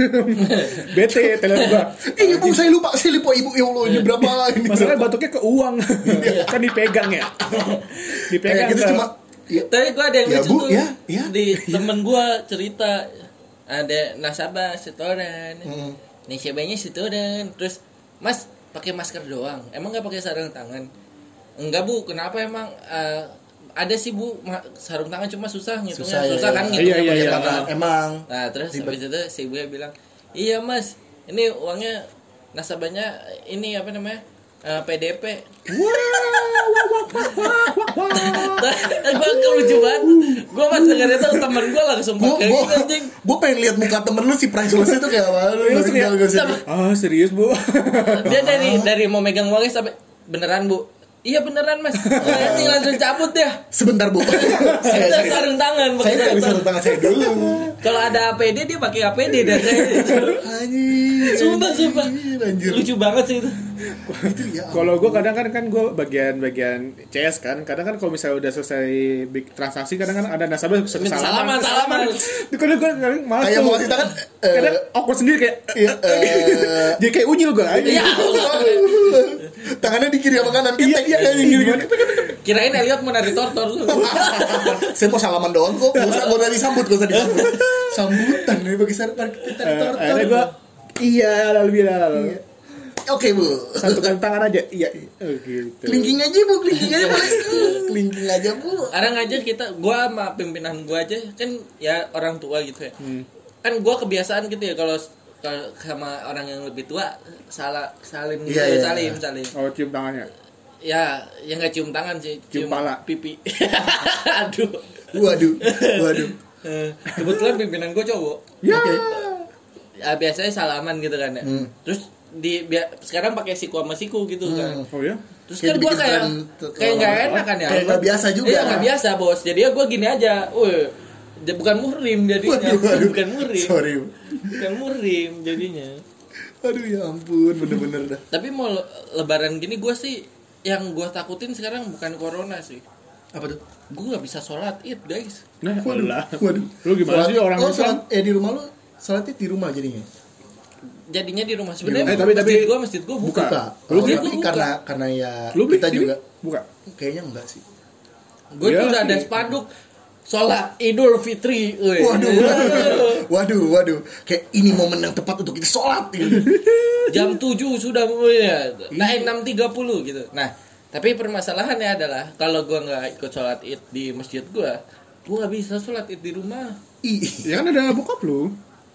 Bete telepon gua. Ibu saya lupa ibu, ya Allah ini berapa ini. Masalahnya batuknya ke uang. Kan dipegang ya. Dipegang gitu cuma. Tapi gue ada yang lucu tuh ya. Di temen gue cerita ada nasabah setoran, nasabahnya setoran, terus mas pakai masker doang, emang nggak pakai sarung tangan? Enggak bu, kenapa emang? Ada sih bu sarung tangan cuma susah ngitungnya, susah kan ngitungnya pakai tangan. Emang. Nah terus habis itu si ibu bilang, iya mas, ini uangnya nasabahnya ini apa namanya? PDP. Gue lucu banget. Gue pas denger itu temen gue langsung pakai anjing. Gue pengen lihat muka temen lu si priceless itu kayak apa. Serius bu. Dia dari mau megang uangnya sampai beneran bu. Iya beneran mas. Nanti langsung cabut ya. Sebentar bu. Saya sarung tangan. Saya nggak bisa sarung tangan saya dulu. Kalau ada APD dia pakai APD dan saya itu. Sumpah. Lucu banget sih itu. Kalau gue kadang kan gue bagian CS kan. Kadang kan kalau misalnya udah selesai transaksi kadang kan ada nasabah salaman. Kadang gue malas kayak mau kasih tangan. Kadang awkward sendiri kayak. Jadi kayak unyil gue aja. Tangannya di kiri sama kanan ketek. Kirain Elliot mau nari tortor. Saya mau salaman doang kok. Mau nari sambut kok tadi. Sambutan nih bagi kita tortor. Akhirnya gue lalu. Oke bu, satukan tangan aja. Iya. Gitu. Kelingking aja bu. Kelingking aja bu. Sekarang aja gua sama pimpinan gua aja kan ya orang tua gitu ya. Kan gua kebiasaan gitu ya kalau sama orang yang lebih tua salim gitu ya, salim. Oh, cium tangannya. Ya, yang enggak cium tangan sih, cium pala, pipi. Aduh. Waduh. Kebetulan pimpinan gua cowok. Ya. Okay. Ya biasanya salaman gitu kan ya. Terus sekarang pakai siku sama siku gitu kan. Oh ya. Terus kan gue kayak nggak enak kan ya. Kayak nggak biasa juga. Iya nggak biasa bos. Jadi ya gue gini aja. Bukan muhrim jadinya. Bukan muhrim. Sorry. Bukan muhrim jadinya. Aduh ya ampun, bener-bener dah. Tapi mau lebaran gini gue sih yang gue takutin sekarang bukan corona sih. Apa tuh? Gue nggak bisa sholat id guys. Nah, waduh. Lu gimana sih orang Islam? Di rumah lu sholat id di rumah jadinya. Jadinya di rumah sebenarnya. Tapi masjid gua buka. Lu karena ya lu kita juga buka. Kayaknya enggak sih. Gue tuh udah ada spanduk sholat Idul Fitri. Waduh. Kayak ini momen yang tepat untuk kita sholat. Jam 7 sudah mulai. Nah 6.30 gitu. Nah, tapi permasalahannya adalah kalau gue nggak ikut sholat id di masjid gue nggak bisa sholat id di rumah. Ya kan ada bokap lu.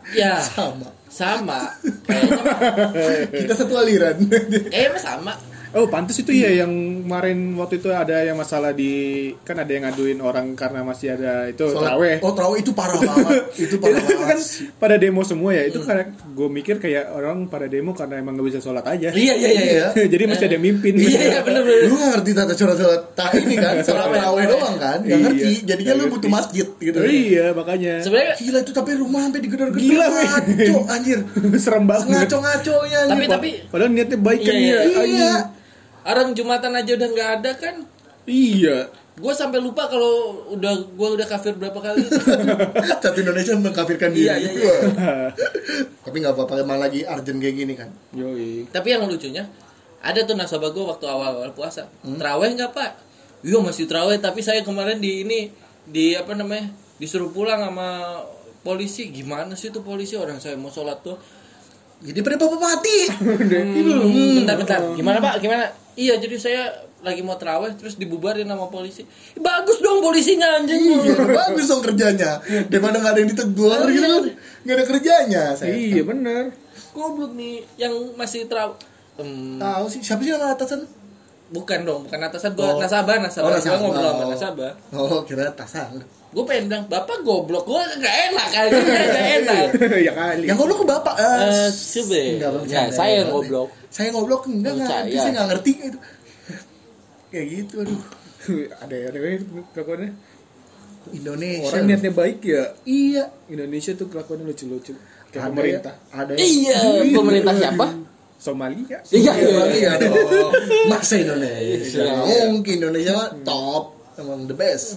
Ya, sama. Kayaknya Kita satu aliran. sama. Oh, pantas itu ya yang kemarin waktu itu ada yang masalah kan ada yang ngaduin orang karena masih ada itu traweh. Oh, traweh itu parah banget. Itu parah Itu kan banget. pada demo semua ya. Itu karena gue mikir kayak orang pada demo karena emang gak bisa sholat aja. Iya. Jadi masih ada yang mimpin. Iya, bener. Lu gak ngerti tata sholat ini kan, sholat traweh doang kan? Gak ngerti. Jadinya lu butuh masjid gitu. Iya, makanya. Sebenarnya Gila itu tapi rumah sampai digedor-gedor. Gila, men. Ngaco anjir. Serem banget. Ngaco-ngaconya anjir. tapi Padahal niatnya baik kan Iya, ya. Iya. orang Jumatan aja udah nggak ada kan. Iya. Gue sampai lupa kalau gue udah kafir berapa kali. Satu Indonesia mengkafirkan diri. Iya. Tapi nggak apa-apa, emang lagi urgent kayak gini kan. Yoi. Tapi yang lucunya ada tuh nasabah gue waktu awal puasa. Traweh nggak pak? Iya masih traweh. Tapi saya kemarin disuruh pulang sama polisi. Gimana sih tuh polisi, orang saya mau sholat tuh. Jadi pada bapak mati. Bentar. Gimana pak? Gimana? Iya jadi saya lagi mau traweh terus dibubarin sama polisi. Bagus dong polisinya anjing. Iya, bagus dong kerjanya. Daripada nggak ada yang ditegur gitu kan. Nggak ada kerjanya. Iya benar. Goblok nih yang masih traweh. Tahu sih siapa sih nama atasan? Bukan atasan gua, nasabah. Gua ngobrol sama nasabah. Oh, kira atasan. Gue pengen bilang, bapak goblok, gue gak enak aja, gak enak. Ya kali. Yang goblok ke bapak. Coba, saya yang goblok. Saya ngoblok enggak, saya nggak ngerti gitu. Kayak gitu, aduh. Ada kelakuannya. Indonesia. Orang niatnya baik ya. Iya. Indonesia tuh kelakuannya lucu-lucu. Kayak Ada pemerintah. Ada. Iya, pemerintah siapa? Somalia. Iya dong. Masa Indonesia. Nggak mungkin Indonesia mah top, emang the best.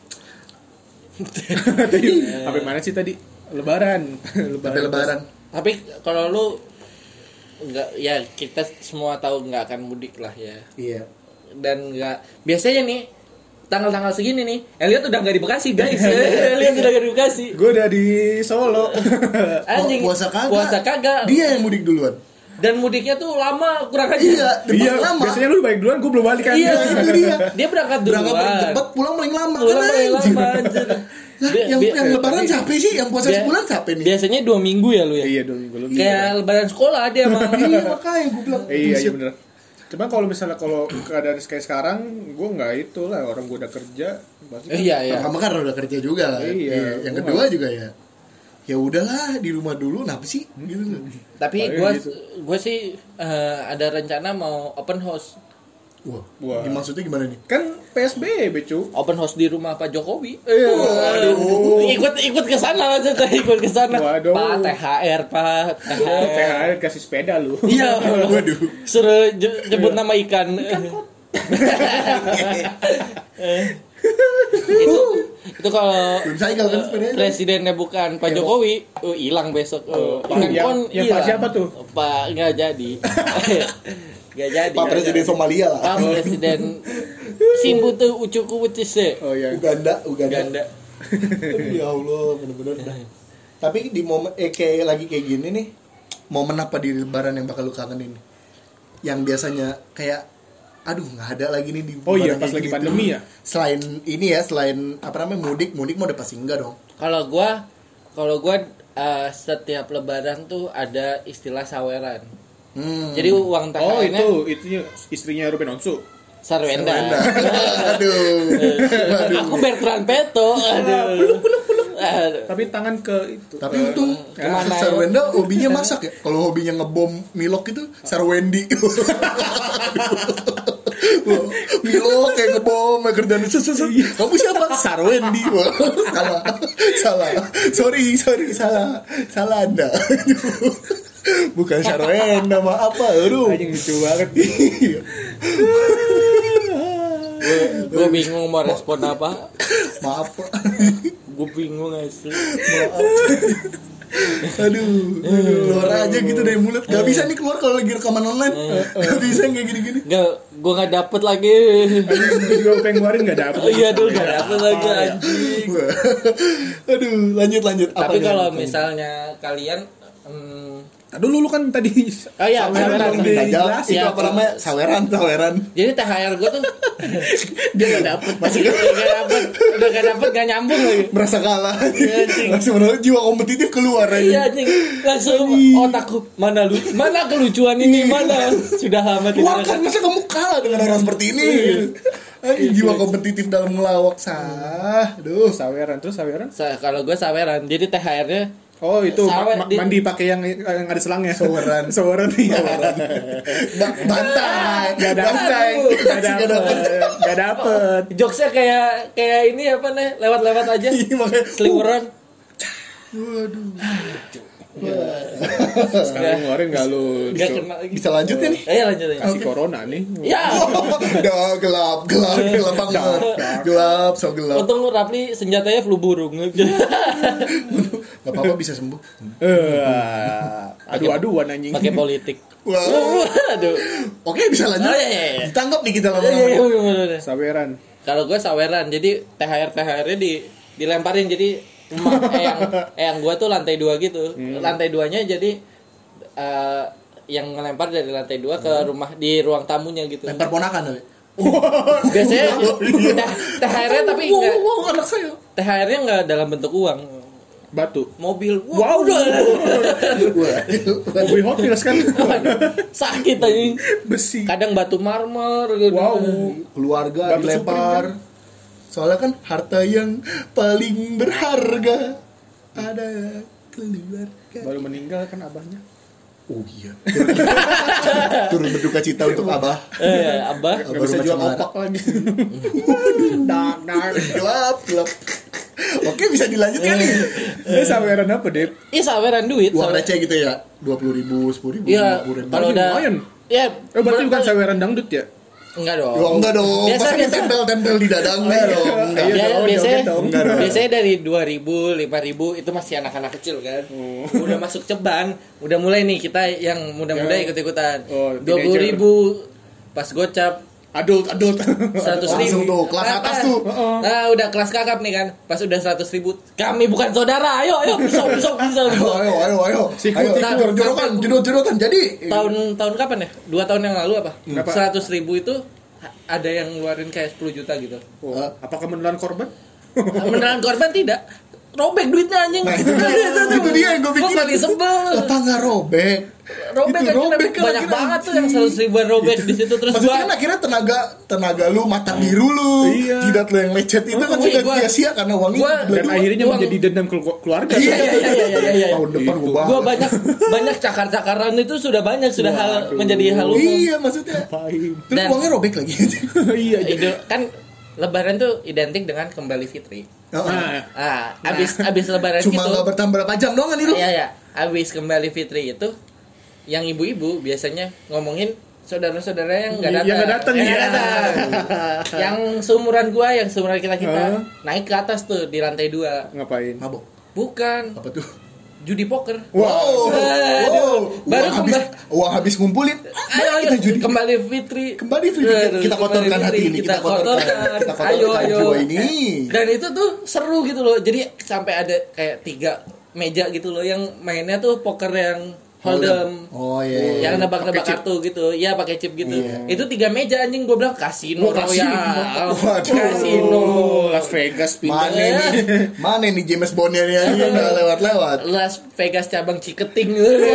Sampai mana sih tadi? Lebaran. Lebaran. Tapi kalau lu nggak, ya kita semua tahu nggak akan mudik lah ya. Iya. Dan nggak, biasanya nih tanggal-tanggal segini nih, Elliot udah nggak di Bekasi guys. Elliot udah nggak di Bekasi. Gue udah di Solo. Anjing. Puasa kagak. Dia yang mudik duluan. Dan mudiknya tuh lama, kurang aja. Iya, lama. biasanya lu balik duluan, gue belum balik kan. Iya, itu dia. Dia berangkat duluan. Berangkat cepat, pulang paling lama. Pulang kan, paling anjir. lama anjir. Lah, yang lebaran siapa sih? Yang puasa sebulan siapa nih? Biasanya 2 minggu ya lu ya. Iya, 2 minggu lebih. Kayak lebaran sekolah dia emang. Iya, makanya gue bilang. Iya bullshit. bener. Cuma kalau misalnya keadaan kayak sekarang, gue nggak itu lah, orang gue udah kerja. Iya. Pertama kan udah kerja juga lah. Iya. Yang kedua juga ya udahlah di rumah dulu, kenapa sih? Gitu. Tapi gue sih ada rencana mau open house. Wah. Maksudnya gimana nih? Kan PSBB cu. Open house di rumah Pak Jokowi. Waduh. Ikut ke sana aja, ikut ke sana. Waduh. Pak THR, Pak THR kasih sepeda lu. Iya. Waduh. Suruh jemput nama ikan. Itu kalau presidennya bukan Pak Jokowi, hilang besok. Yang Pak siapa tuh? Pak nggak jadi. Nggak jadi. Pak Presiden Somalia lah. Pak Presiden Simbu tuh ucuku ucise. Oh iya. Uganda. Ganda. Ya Allah, bener-bener dah. Tapi di momen kayak lagi kayak gini nih, momen apa di lebaran yang bakal lu kangenin? Yang biasanya kayak aduh nggak ada lagi nih di Oh iya, lebaran pas kayak lagi gitu. pandemi ya. Selain ini ya, selain apa namanya mudik mau udah pasti enggak dong. Kalau gua setiap lebaran tuh ada istilah saweran. Jadi uang THR-nya itu istrinya Ruben Onsu. Sarwenda. Aduh. Aku Bertrand Peto. Aduh. Tapi tangan ke itu. Tapi untung Kemana ya? Sarwenda hobinya masak ya. Kalau hobinya ngebom Milok itu Sarwendi. Milok kayak ngebom kerjaan kamu siapa? Sarwendi. Salah. Sorry, salah Anda. Bukan Sarwenda, maaf apa? Aduh. Anjing lucu banget. Gue bingung mau respon apa. Maaf. Gue bingung asli. Aduh, keluar aja gitu dari mulut. Gak bisa nih keluar kalau lagi rekaman online. Gak bisa kayak gini-gini. Gue gak dapet lagi. Gue juga pengen ngeluarin gak dapet. Iya dulu gak dapet lagi anjing. Aduh, lanjut. Tapi kalau misalnya kalian Aduh lu kan tadi Oh iya, saweran. Itu Ya, apa namanya? Saweran. Jadi THR gue tuh dia nggak dapet. udah gak dapet gak nyambung lagi. Merasa kalah. anjing. Langsung jiwa kompetitif keluar aja. Iya anjing, langsung otakku mana kelucuan ini mana sudah lama tidak Keluarkan, masa kamu kalah dengan orang seperti ini? Anjing, jiwa kompetitif dalam ngelawak Aduh. Saweran. Kalau gue saweran, jadi THR-nya Oh itu Sawer- mandi pakai yang ada selangnya. Saweran. Saweran iya. Bantai. Gak dapet. jokesnya kayak ini apa nih, lewat aja, Iya, makanya. seliweran. Waduh. Sekarang ngeluarin gak lu Gak kena. Bisa lanjut ya nih? Ayo lanjut aja. kasih corona nih. Ya, Udah gelap banget. Gelap, so gelap. untung Rapli senjatanya flu burung. Gak apa-apa, bisa sembuh. Adu-aduan anjing. Pakai politik. Wow. Aduh. Oke, bisa lanjut. Oh, iya. Ditangkap nih kita Iya, lama-lama. Saweran. Kalau gue saweran, jadi THR-nya dilemparin, jadi rumah yang gue tuh lantai 2 gitu. Lantai 2-nya jadi yang ngelempar dari lantai 2 ke rumah di ruang tamunya gitu. Lempar ponakan tapi. Biasanya THR-nya tapi enggak, anak saya. THR-nya enggak dalam bentuk uang. Batu. Mobil. Wow. Mobil hotel kan. Sakit anjing. Besi. Kadang batu marmer gitu. Wow. Keluarga Batu dilempar. Soalnya kan harta yang paling berharga ada keluarga. Baru meninggal kan abahnya. Oh iya. Turun berduka cita untuk abah. Abah. Gak bisa jual opak lagi. Dar. Gelap. Oke, bisa dilanjutkan nih. Ini saweran apa, Dep? Iya saweran duit. Uang receh gitu ya. 20.000, 10.000, Iya. 50.000. Kalau udah. lumayan. Ya. Berarti bukan saweran dangdut ya? Enggak dong. Ya, enggak dong. Biasa Masa tempel-tempel di dadang enggak dong. Enggak. Iya, dong, biasanya joget dong. Enggak dong. biasanya dari 2.000, 5.000 itu masih anak-anak kecil kan. Udah masuk ceban, udah mulai nih kita yang muda-muda Ya. ikut-ikutan. Oh, 20.000 pas gocap Adult. 100.000 Langsung tuh, kelas atas tuh. Nah udah kelas kakap nih kan. Pas udah 100.000, kami bukan saudara. Ayo pisau. Ayo. Sikut, Ayo, jodokan. Jadi Tahun kapan ya? 2 tahun yang lalu apa? Berapa? 100.000 itu ada yang ngeluarin kayak 10 juta gitu. Oh, apakah menelan korban? Menelan korban tidak. Robek duitnya anjing. Nah, itu dia yang gue pikir. Gua paling sebel. Apa nggak robek? Robek Itu kan robek kan banyak akhirnya. banget tuh yang 100.000-an robek di situ terus Maksudnya gua kan akhirnya tenaga lu, mata biru lu, Iya. jidat lu yang lecet itu kan Wih, sudah gua- sia-sia karena uangnya gua- belah Dan dua. akhirnya uang- menjadi dendam keluarga. Iya. Tahun depan Itu. gua Gua banget. banyak cakar-cakaran itu sudah Waduh. menjadi hal umum. Iya, maksudnya. Ngapain? Terus Dan- uangnya robek lagi. Iya. Itu kan Lebaran tuh identik dengan kembali fitri. Nah, Abis Lebaran Cuma gitu. nggak bertambah berapa jam doang kan itu? Iya. Abis kembali fitri itu, yang ibu-ibu biasanya ngomongin saudara-saudara yang nggak datang. Yang nggak datang, Yang iya. nggak datang. Yang seumuran gua, yang seumuran kita Hah? naik ke atas tuh di lantai 2. ngapain? Mabok. Bukan Apa tuh? judi poker. Wow. Baru Uang habis ngumpulin. Ayo kita judi. kembali fitri. Kembali Fitri. Kita kotorkan hati ini. Kita kotorkan. Kita kotorkan jiwa ini. Dan itu tuh seru gitu loh. Jadi sampai ada kayak 3 meja gitu loh yang mainnya tuh poker yang hold'em. Oh iya. Yang nebak-nebak Pakai chip. kartu gitu. Iya pakai chip gitu. Iya. Itu 3 meja anjing, gue bilang kasino royal. Waduh. Kasino. Las Vegas Mana nih James Bond-nya nih udah lewat-lewat. Las Vegas cabang Ciketing.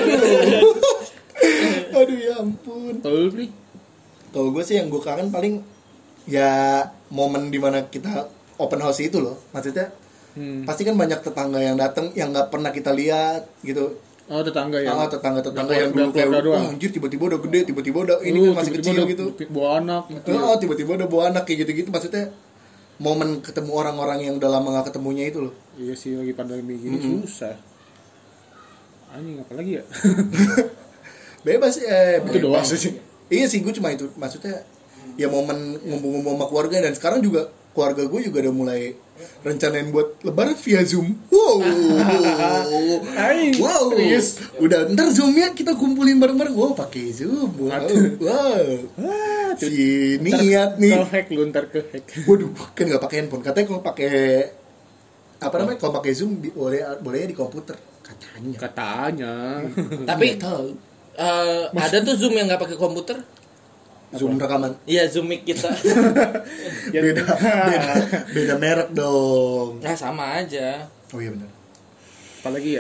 Aduh ya ampun. Kalau lu Kalau gue sih yang gue kangen paling ya momen dimana kita open house itu loh. Maksudnya pasti kan banyak tetangga yang datang yang nggak pernah kita lihat gitu. oh tetangga ya. Tetangga yang dulu kayak wah anjir tiba-tiba udah gede, tiba-tiba udah ini kan masih kecil gitu. Bawa anak gitu. Oh, tiba-tiba udah bawa anak kayak gitu-gitu, maksudnya momen ketemu orang-orang yang udah lama gak ketemunya itu loh. Iya sih lagi pandemi gini susah. Anjing apa lagi ya? Bebas Itu doang. bebas sih. Iya sih, gue cuma itu maksudnya ya momen ngumpul-ngumpul sama keluarga. Dan sekarang juga keluarga gue juga udah mulai rencanain buat lebaran via Zoom. Wow. Wow. serius? Udah ntar Zoom-nya kita kumpulin bareng-bareng. Wow, pakai Zoom. Wow. Si niat nih. Ke-hack lu ntar ke-hack. Waduh, kan nggak pakai handphone. Katanya kalau pakai apa namanya? Kalau pakai Zoom boleh di komputer. Katanya. Tapi tahu. ada tuh Zoom yang nggak pakai komputer. Zoom rekaman. Iya, Zoom mic kita. beda merek dong. Nah, sama aja. Oh iya benar. Apalagi ya?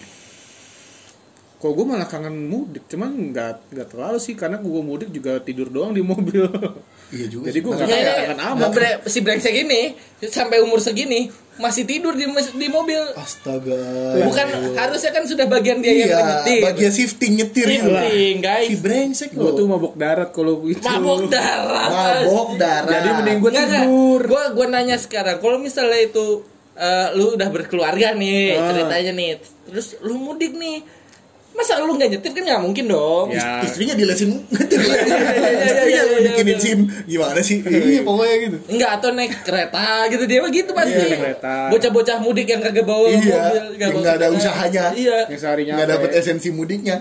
Kok gue malah kangen mudik, cuman nggak terlalu sih karena gue mudik juga tidur doang di mobil. Iya juga. Jadi gue nggak Iya, kangen amat. si brengsek ini sampai umur segini masih tidur di mobil. Astaga. Bukan harusnya kan sudah bagian dia yang menyetir. bagian shifting nyetir itu lah. Shifting, guys. Si brengsek Gue tuh mabok darat kalau itu. Mabok darat. Jadi mending gue tidur. Gue nanya sekarang, kalau misalnya itu lu udah berkeluarga nih, ceritanya nih, terus lu mudik nih, masa lu nggak nyetir kan nggak mungkin dong. Ya. Istrinya dilesin nyetir. Istrinya bikinin SIM gimana sih? Iya pokoknya gitu. Enggak, atau naik kereta gitu, dia mah gitu pasti. Iya, naik kereta. Bocah-bocah mudik yang kagak bawa mobil, Yang nggak ada usahanya. Iya. Yang seharinya Nggak dapet esensi mudiknya.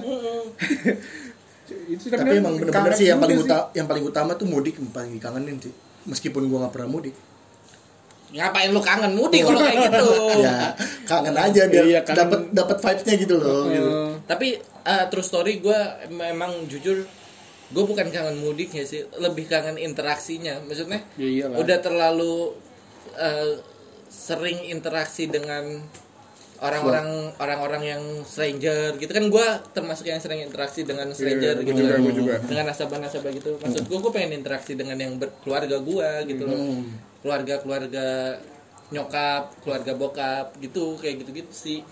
Itu Tapi emang bener-bener sih yang paling utama tuh mudik yang paling dikangenin sih. Meskipun gua nggak pernah mudik. Ngapain lu kangen mudik kalau kayak gitu? Ya kangen aja biar Iya, dapat vibes-nya gitu loh. Gitu. Tapi true story, gue memang jujur gue bukan kangen mudik ya sih, lebih kangen interaksinya. Maksudnya Iyalah. udah terlalu sering interaksi dengan orang-orang yang stranger gitu kan. Gue termasuk yang sering interaksi dengan stranger gitu kan. Dengan nasabah-nasabah gitu. Maksud gue pengen interaksi dengan yang berkeluarga gue gitu loh. Keluarga nyokap, keluarga bokap gitu, kayak gitu-gitu sih.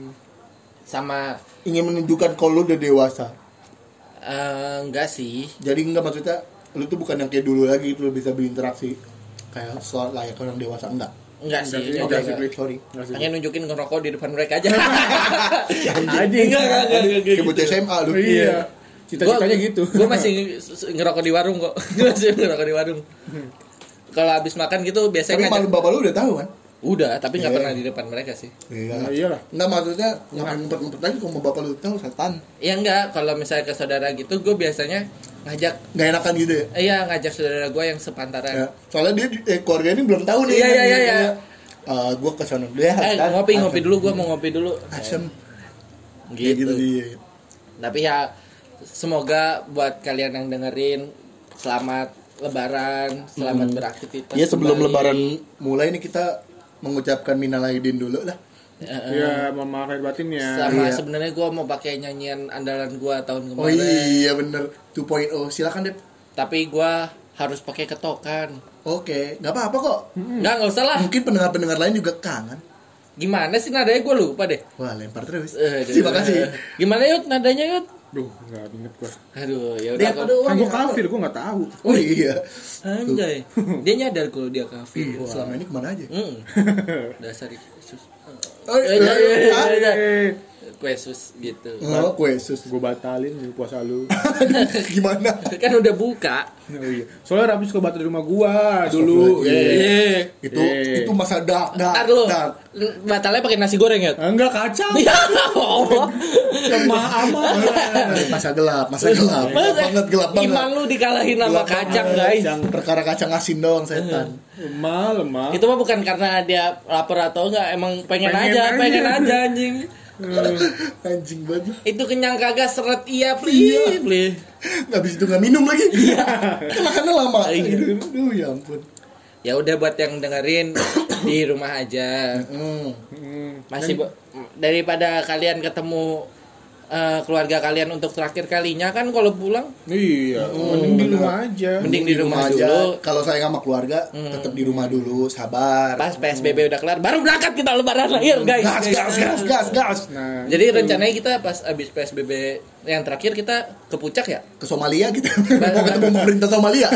Sama Ingin menunjukkan kalau lu udah dewasa. enggak sih. Jadi enggak, maksudnya lu tuh bukan yang kayak dulu lagi, lu bisa berinteraksi kayak soal layak orang dewasa, enggak. Enggak sih. Oke, Enggak. sorry. Hanya nunjukin ngerokok di depan mereka aja. Anjing. Kayak bocah SMA lu. Iya. Cita-citanya gitu. Gue masih ngerokok di warung kok. Gue masih ngerokok di warung. Kalau habis makan gitu biasanya Tapi malu bapak lu udah tahu kan? Udah, tapi nggak pernah di depan mereka sih. Iya. Iyalah. Enggak, maksudnya ngumpet-ngumpet lagi kalau mau bapak lu tahu setan. Ya enggak, kalau misalnya ke saudara gitu gue biasanya ngajak. Enggak enakan gitu ya? Iya, ngajak saudara gue yang sepantaran. Ya. Soalnya dia keluarga ini belum tahu nih. Iya. Gue kesana dulu ya. Ngopi dulu, gue mau ngopi dulu. Asem. Gitu. Iya. Tapi ya semoga buat kalian yang dengerin selamat Lebaran, selamat beraktivitas. Iya, sebelum kembali. Lebaran mulai nih kita mengucapkan minal aidin dulu lah. Iya, mohon lahir batin ya. Sama Iya. sebenarnya gue mau pakai nyanyian andalan gue tahun kemarin. Oh iya bener 2.0, silakan deh. Tapi gue harus pakai ketokan. Oke, nggak apa-apa kok. Nggak usah lah. Mungkin pendengar-pendengar lain juga kangen. Gimana sih nadanya, gue lupa deh. Wah, lempar terus. Aduh. Terima kasih. Gimana Yud nadanya Yud? Duh, nggak inget gue. Aduh, ya Dia udah. doang Kan gue yang kafir, gue nggak tahu. Oh iya. Anjay. Dia nyadar kalau dia kafir. Iya, selama ini kemana aja? Dasar Yesus. Oh, iya. Yesus gitu. Oh, kuesus. Gue batalin nih puasa lu. Gimana? Kan udah buka. Oh iya. Soalnya Rabi suka batal di rumah gua dulu. Astagfirullah. Iya. Itu masa dark. Ntar lu batalnya pakai nasi goreng ya? Enggak kacang. Ya Allah. Lemah amat. Masa gelap. Gelap banget. Iman lu dikalahin sama Gelap kacang banget. guys. Perkara kacang asin doang setan. Lemah. Itu mah bukan karena dia lapar atau enggak, emang pengen aja anjing. Anjing banget. Itu kenyang kagak seret iya please. Habis itu nggak minum lagi. Kan makannya lama. Iya. Aduh, ya ampun. Ya udah, buat yang dengerin di rumah aja. Masih daripada kalian ketemu keluarga kalian untuk terakhir kalinya kan, kalau pulang Iya. Mending di rumah aja. mending di rumah dulu. Kalau saya sama keluarga, tetap di rumah dulu, sabar. Pas PSBB udah kelar baru berangkat kita lebaran lahir guys. Gas. Nah, Jadi rencananya kita pas abis PSBB yang terakhir kita ke puncak ya. Ke Somalia kita mau ketemu pemerintah Somalia.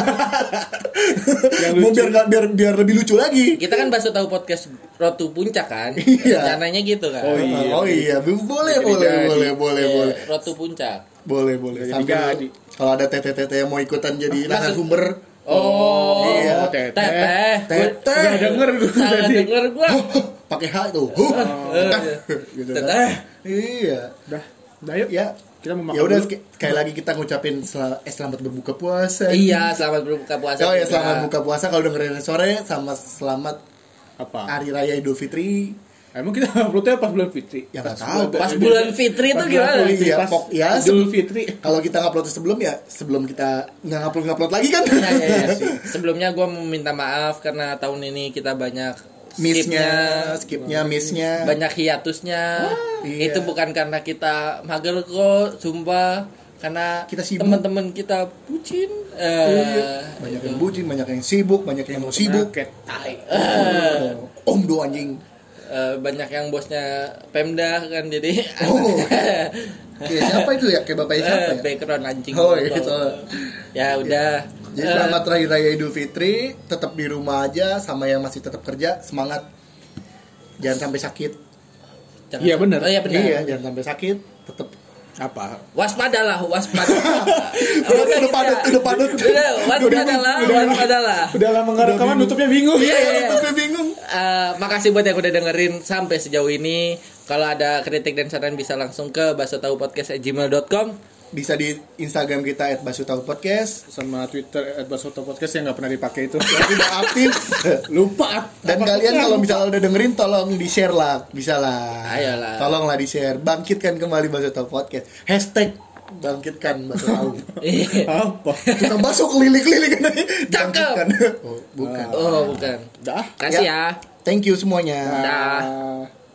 Mau biar lebih lucu lagi. Kita kan bakso tahu podcast Road to Puncak kan. Iya. Rencananya gitu kan. Oh iya, boleh. Road to Puncak. Boleh. Sambil kalau ada tete-tete yang mau ikutan jadi narasumber. Oh, iya. Teteh. Gak denger gue Salah tadi. denger gua. Pakai H tuh. Gitu kan. Teteh. Iya. Dah yuk. Ya. Kita mau makan Ya udah, dulu. sekali lagi kita ngucapin selamat berbuka puasa. Iya, selamat berbuka puasa. Oh ya, juga. selamat buka puasa kalau dengerin sore, sama selamat Apa? Hari Raya Idul Fitri. Emang kita uploadnya pas bulan Fitri? Ya nggak tahu. Pas bulan Fitri itu gimana? Iya, ya Idul Fitri. Kalau kita ngupload sebelum kita nggak ngupload lagi kan? Ya, sih. Sebelumnya gue mau minta maaf karena tahun ini kita banyak skipnya, missnya, banyak hiatusnya. Iya. Itu bukan karena kita mager kok, sumpah. Karena Kita sibuk. teman-teman kita bucin. Banyak yang bucin, banyak yang sibuk, banyak yang mau sibuk. Tai. Om do anjing. Banyak yang bosnya Pemda kan jadi. Kayak siapa itu ya? Kayak bapaknya siapa ya? Background anjing. Oh gitu. Ya udah. Jadi selamat Hari Raya Idul Fitri, tetap di rumah aja, sama yang masih tetap kerja, semangat. Jangan sampai sakit. Iya benar. Oh iya benar. Iya, jangan sampai sakit, tetap Apa? Waspadalah. udah padat. Waspadalah. Udah lama nggak rekaman, nutupnya bingung. Iya. Tapi bingung. Makasih buat yang udah dengerin sampai sejauh ini. Kalau ada kritik dan saran bisa langsung ke basotahupodcast@gmail.com. Bisa di Instagram kita @basutaupodcast, Sama Twitter @basotopodcast yang nggak pernah dipakai itu. yang tidak aktif. Lupa. Dan kalian kalau misalnya udah dengerin, tolong di-share lah, bisa lah. Ayolah. Tolonglah di-share, bangkitkan kembali Baso Tahu Podcast. #bangkitkan Baso Tahu. Apa? Tukang bakso keliling-keliling kan. Cakep. Oh, bukan. Oh bukan. Dah. Kasih ya. Thank you semuanya. Dah. Ah.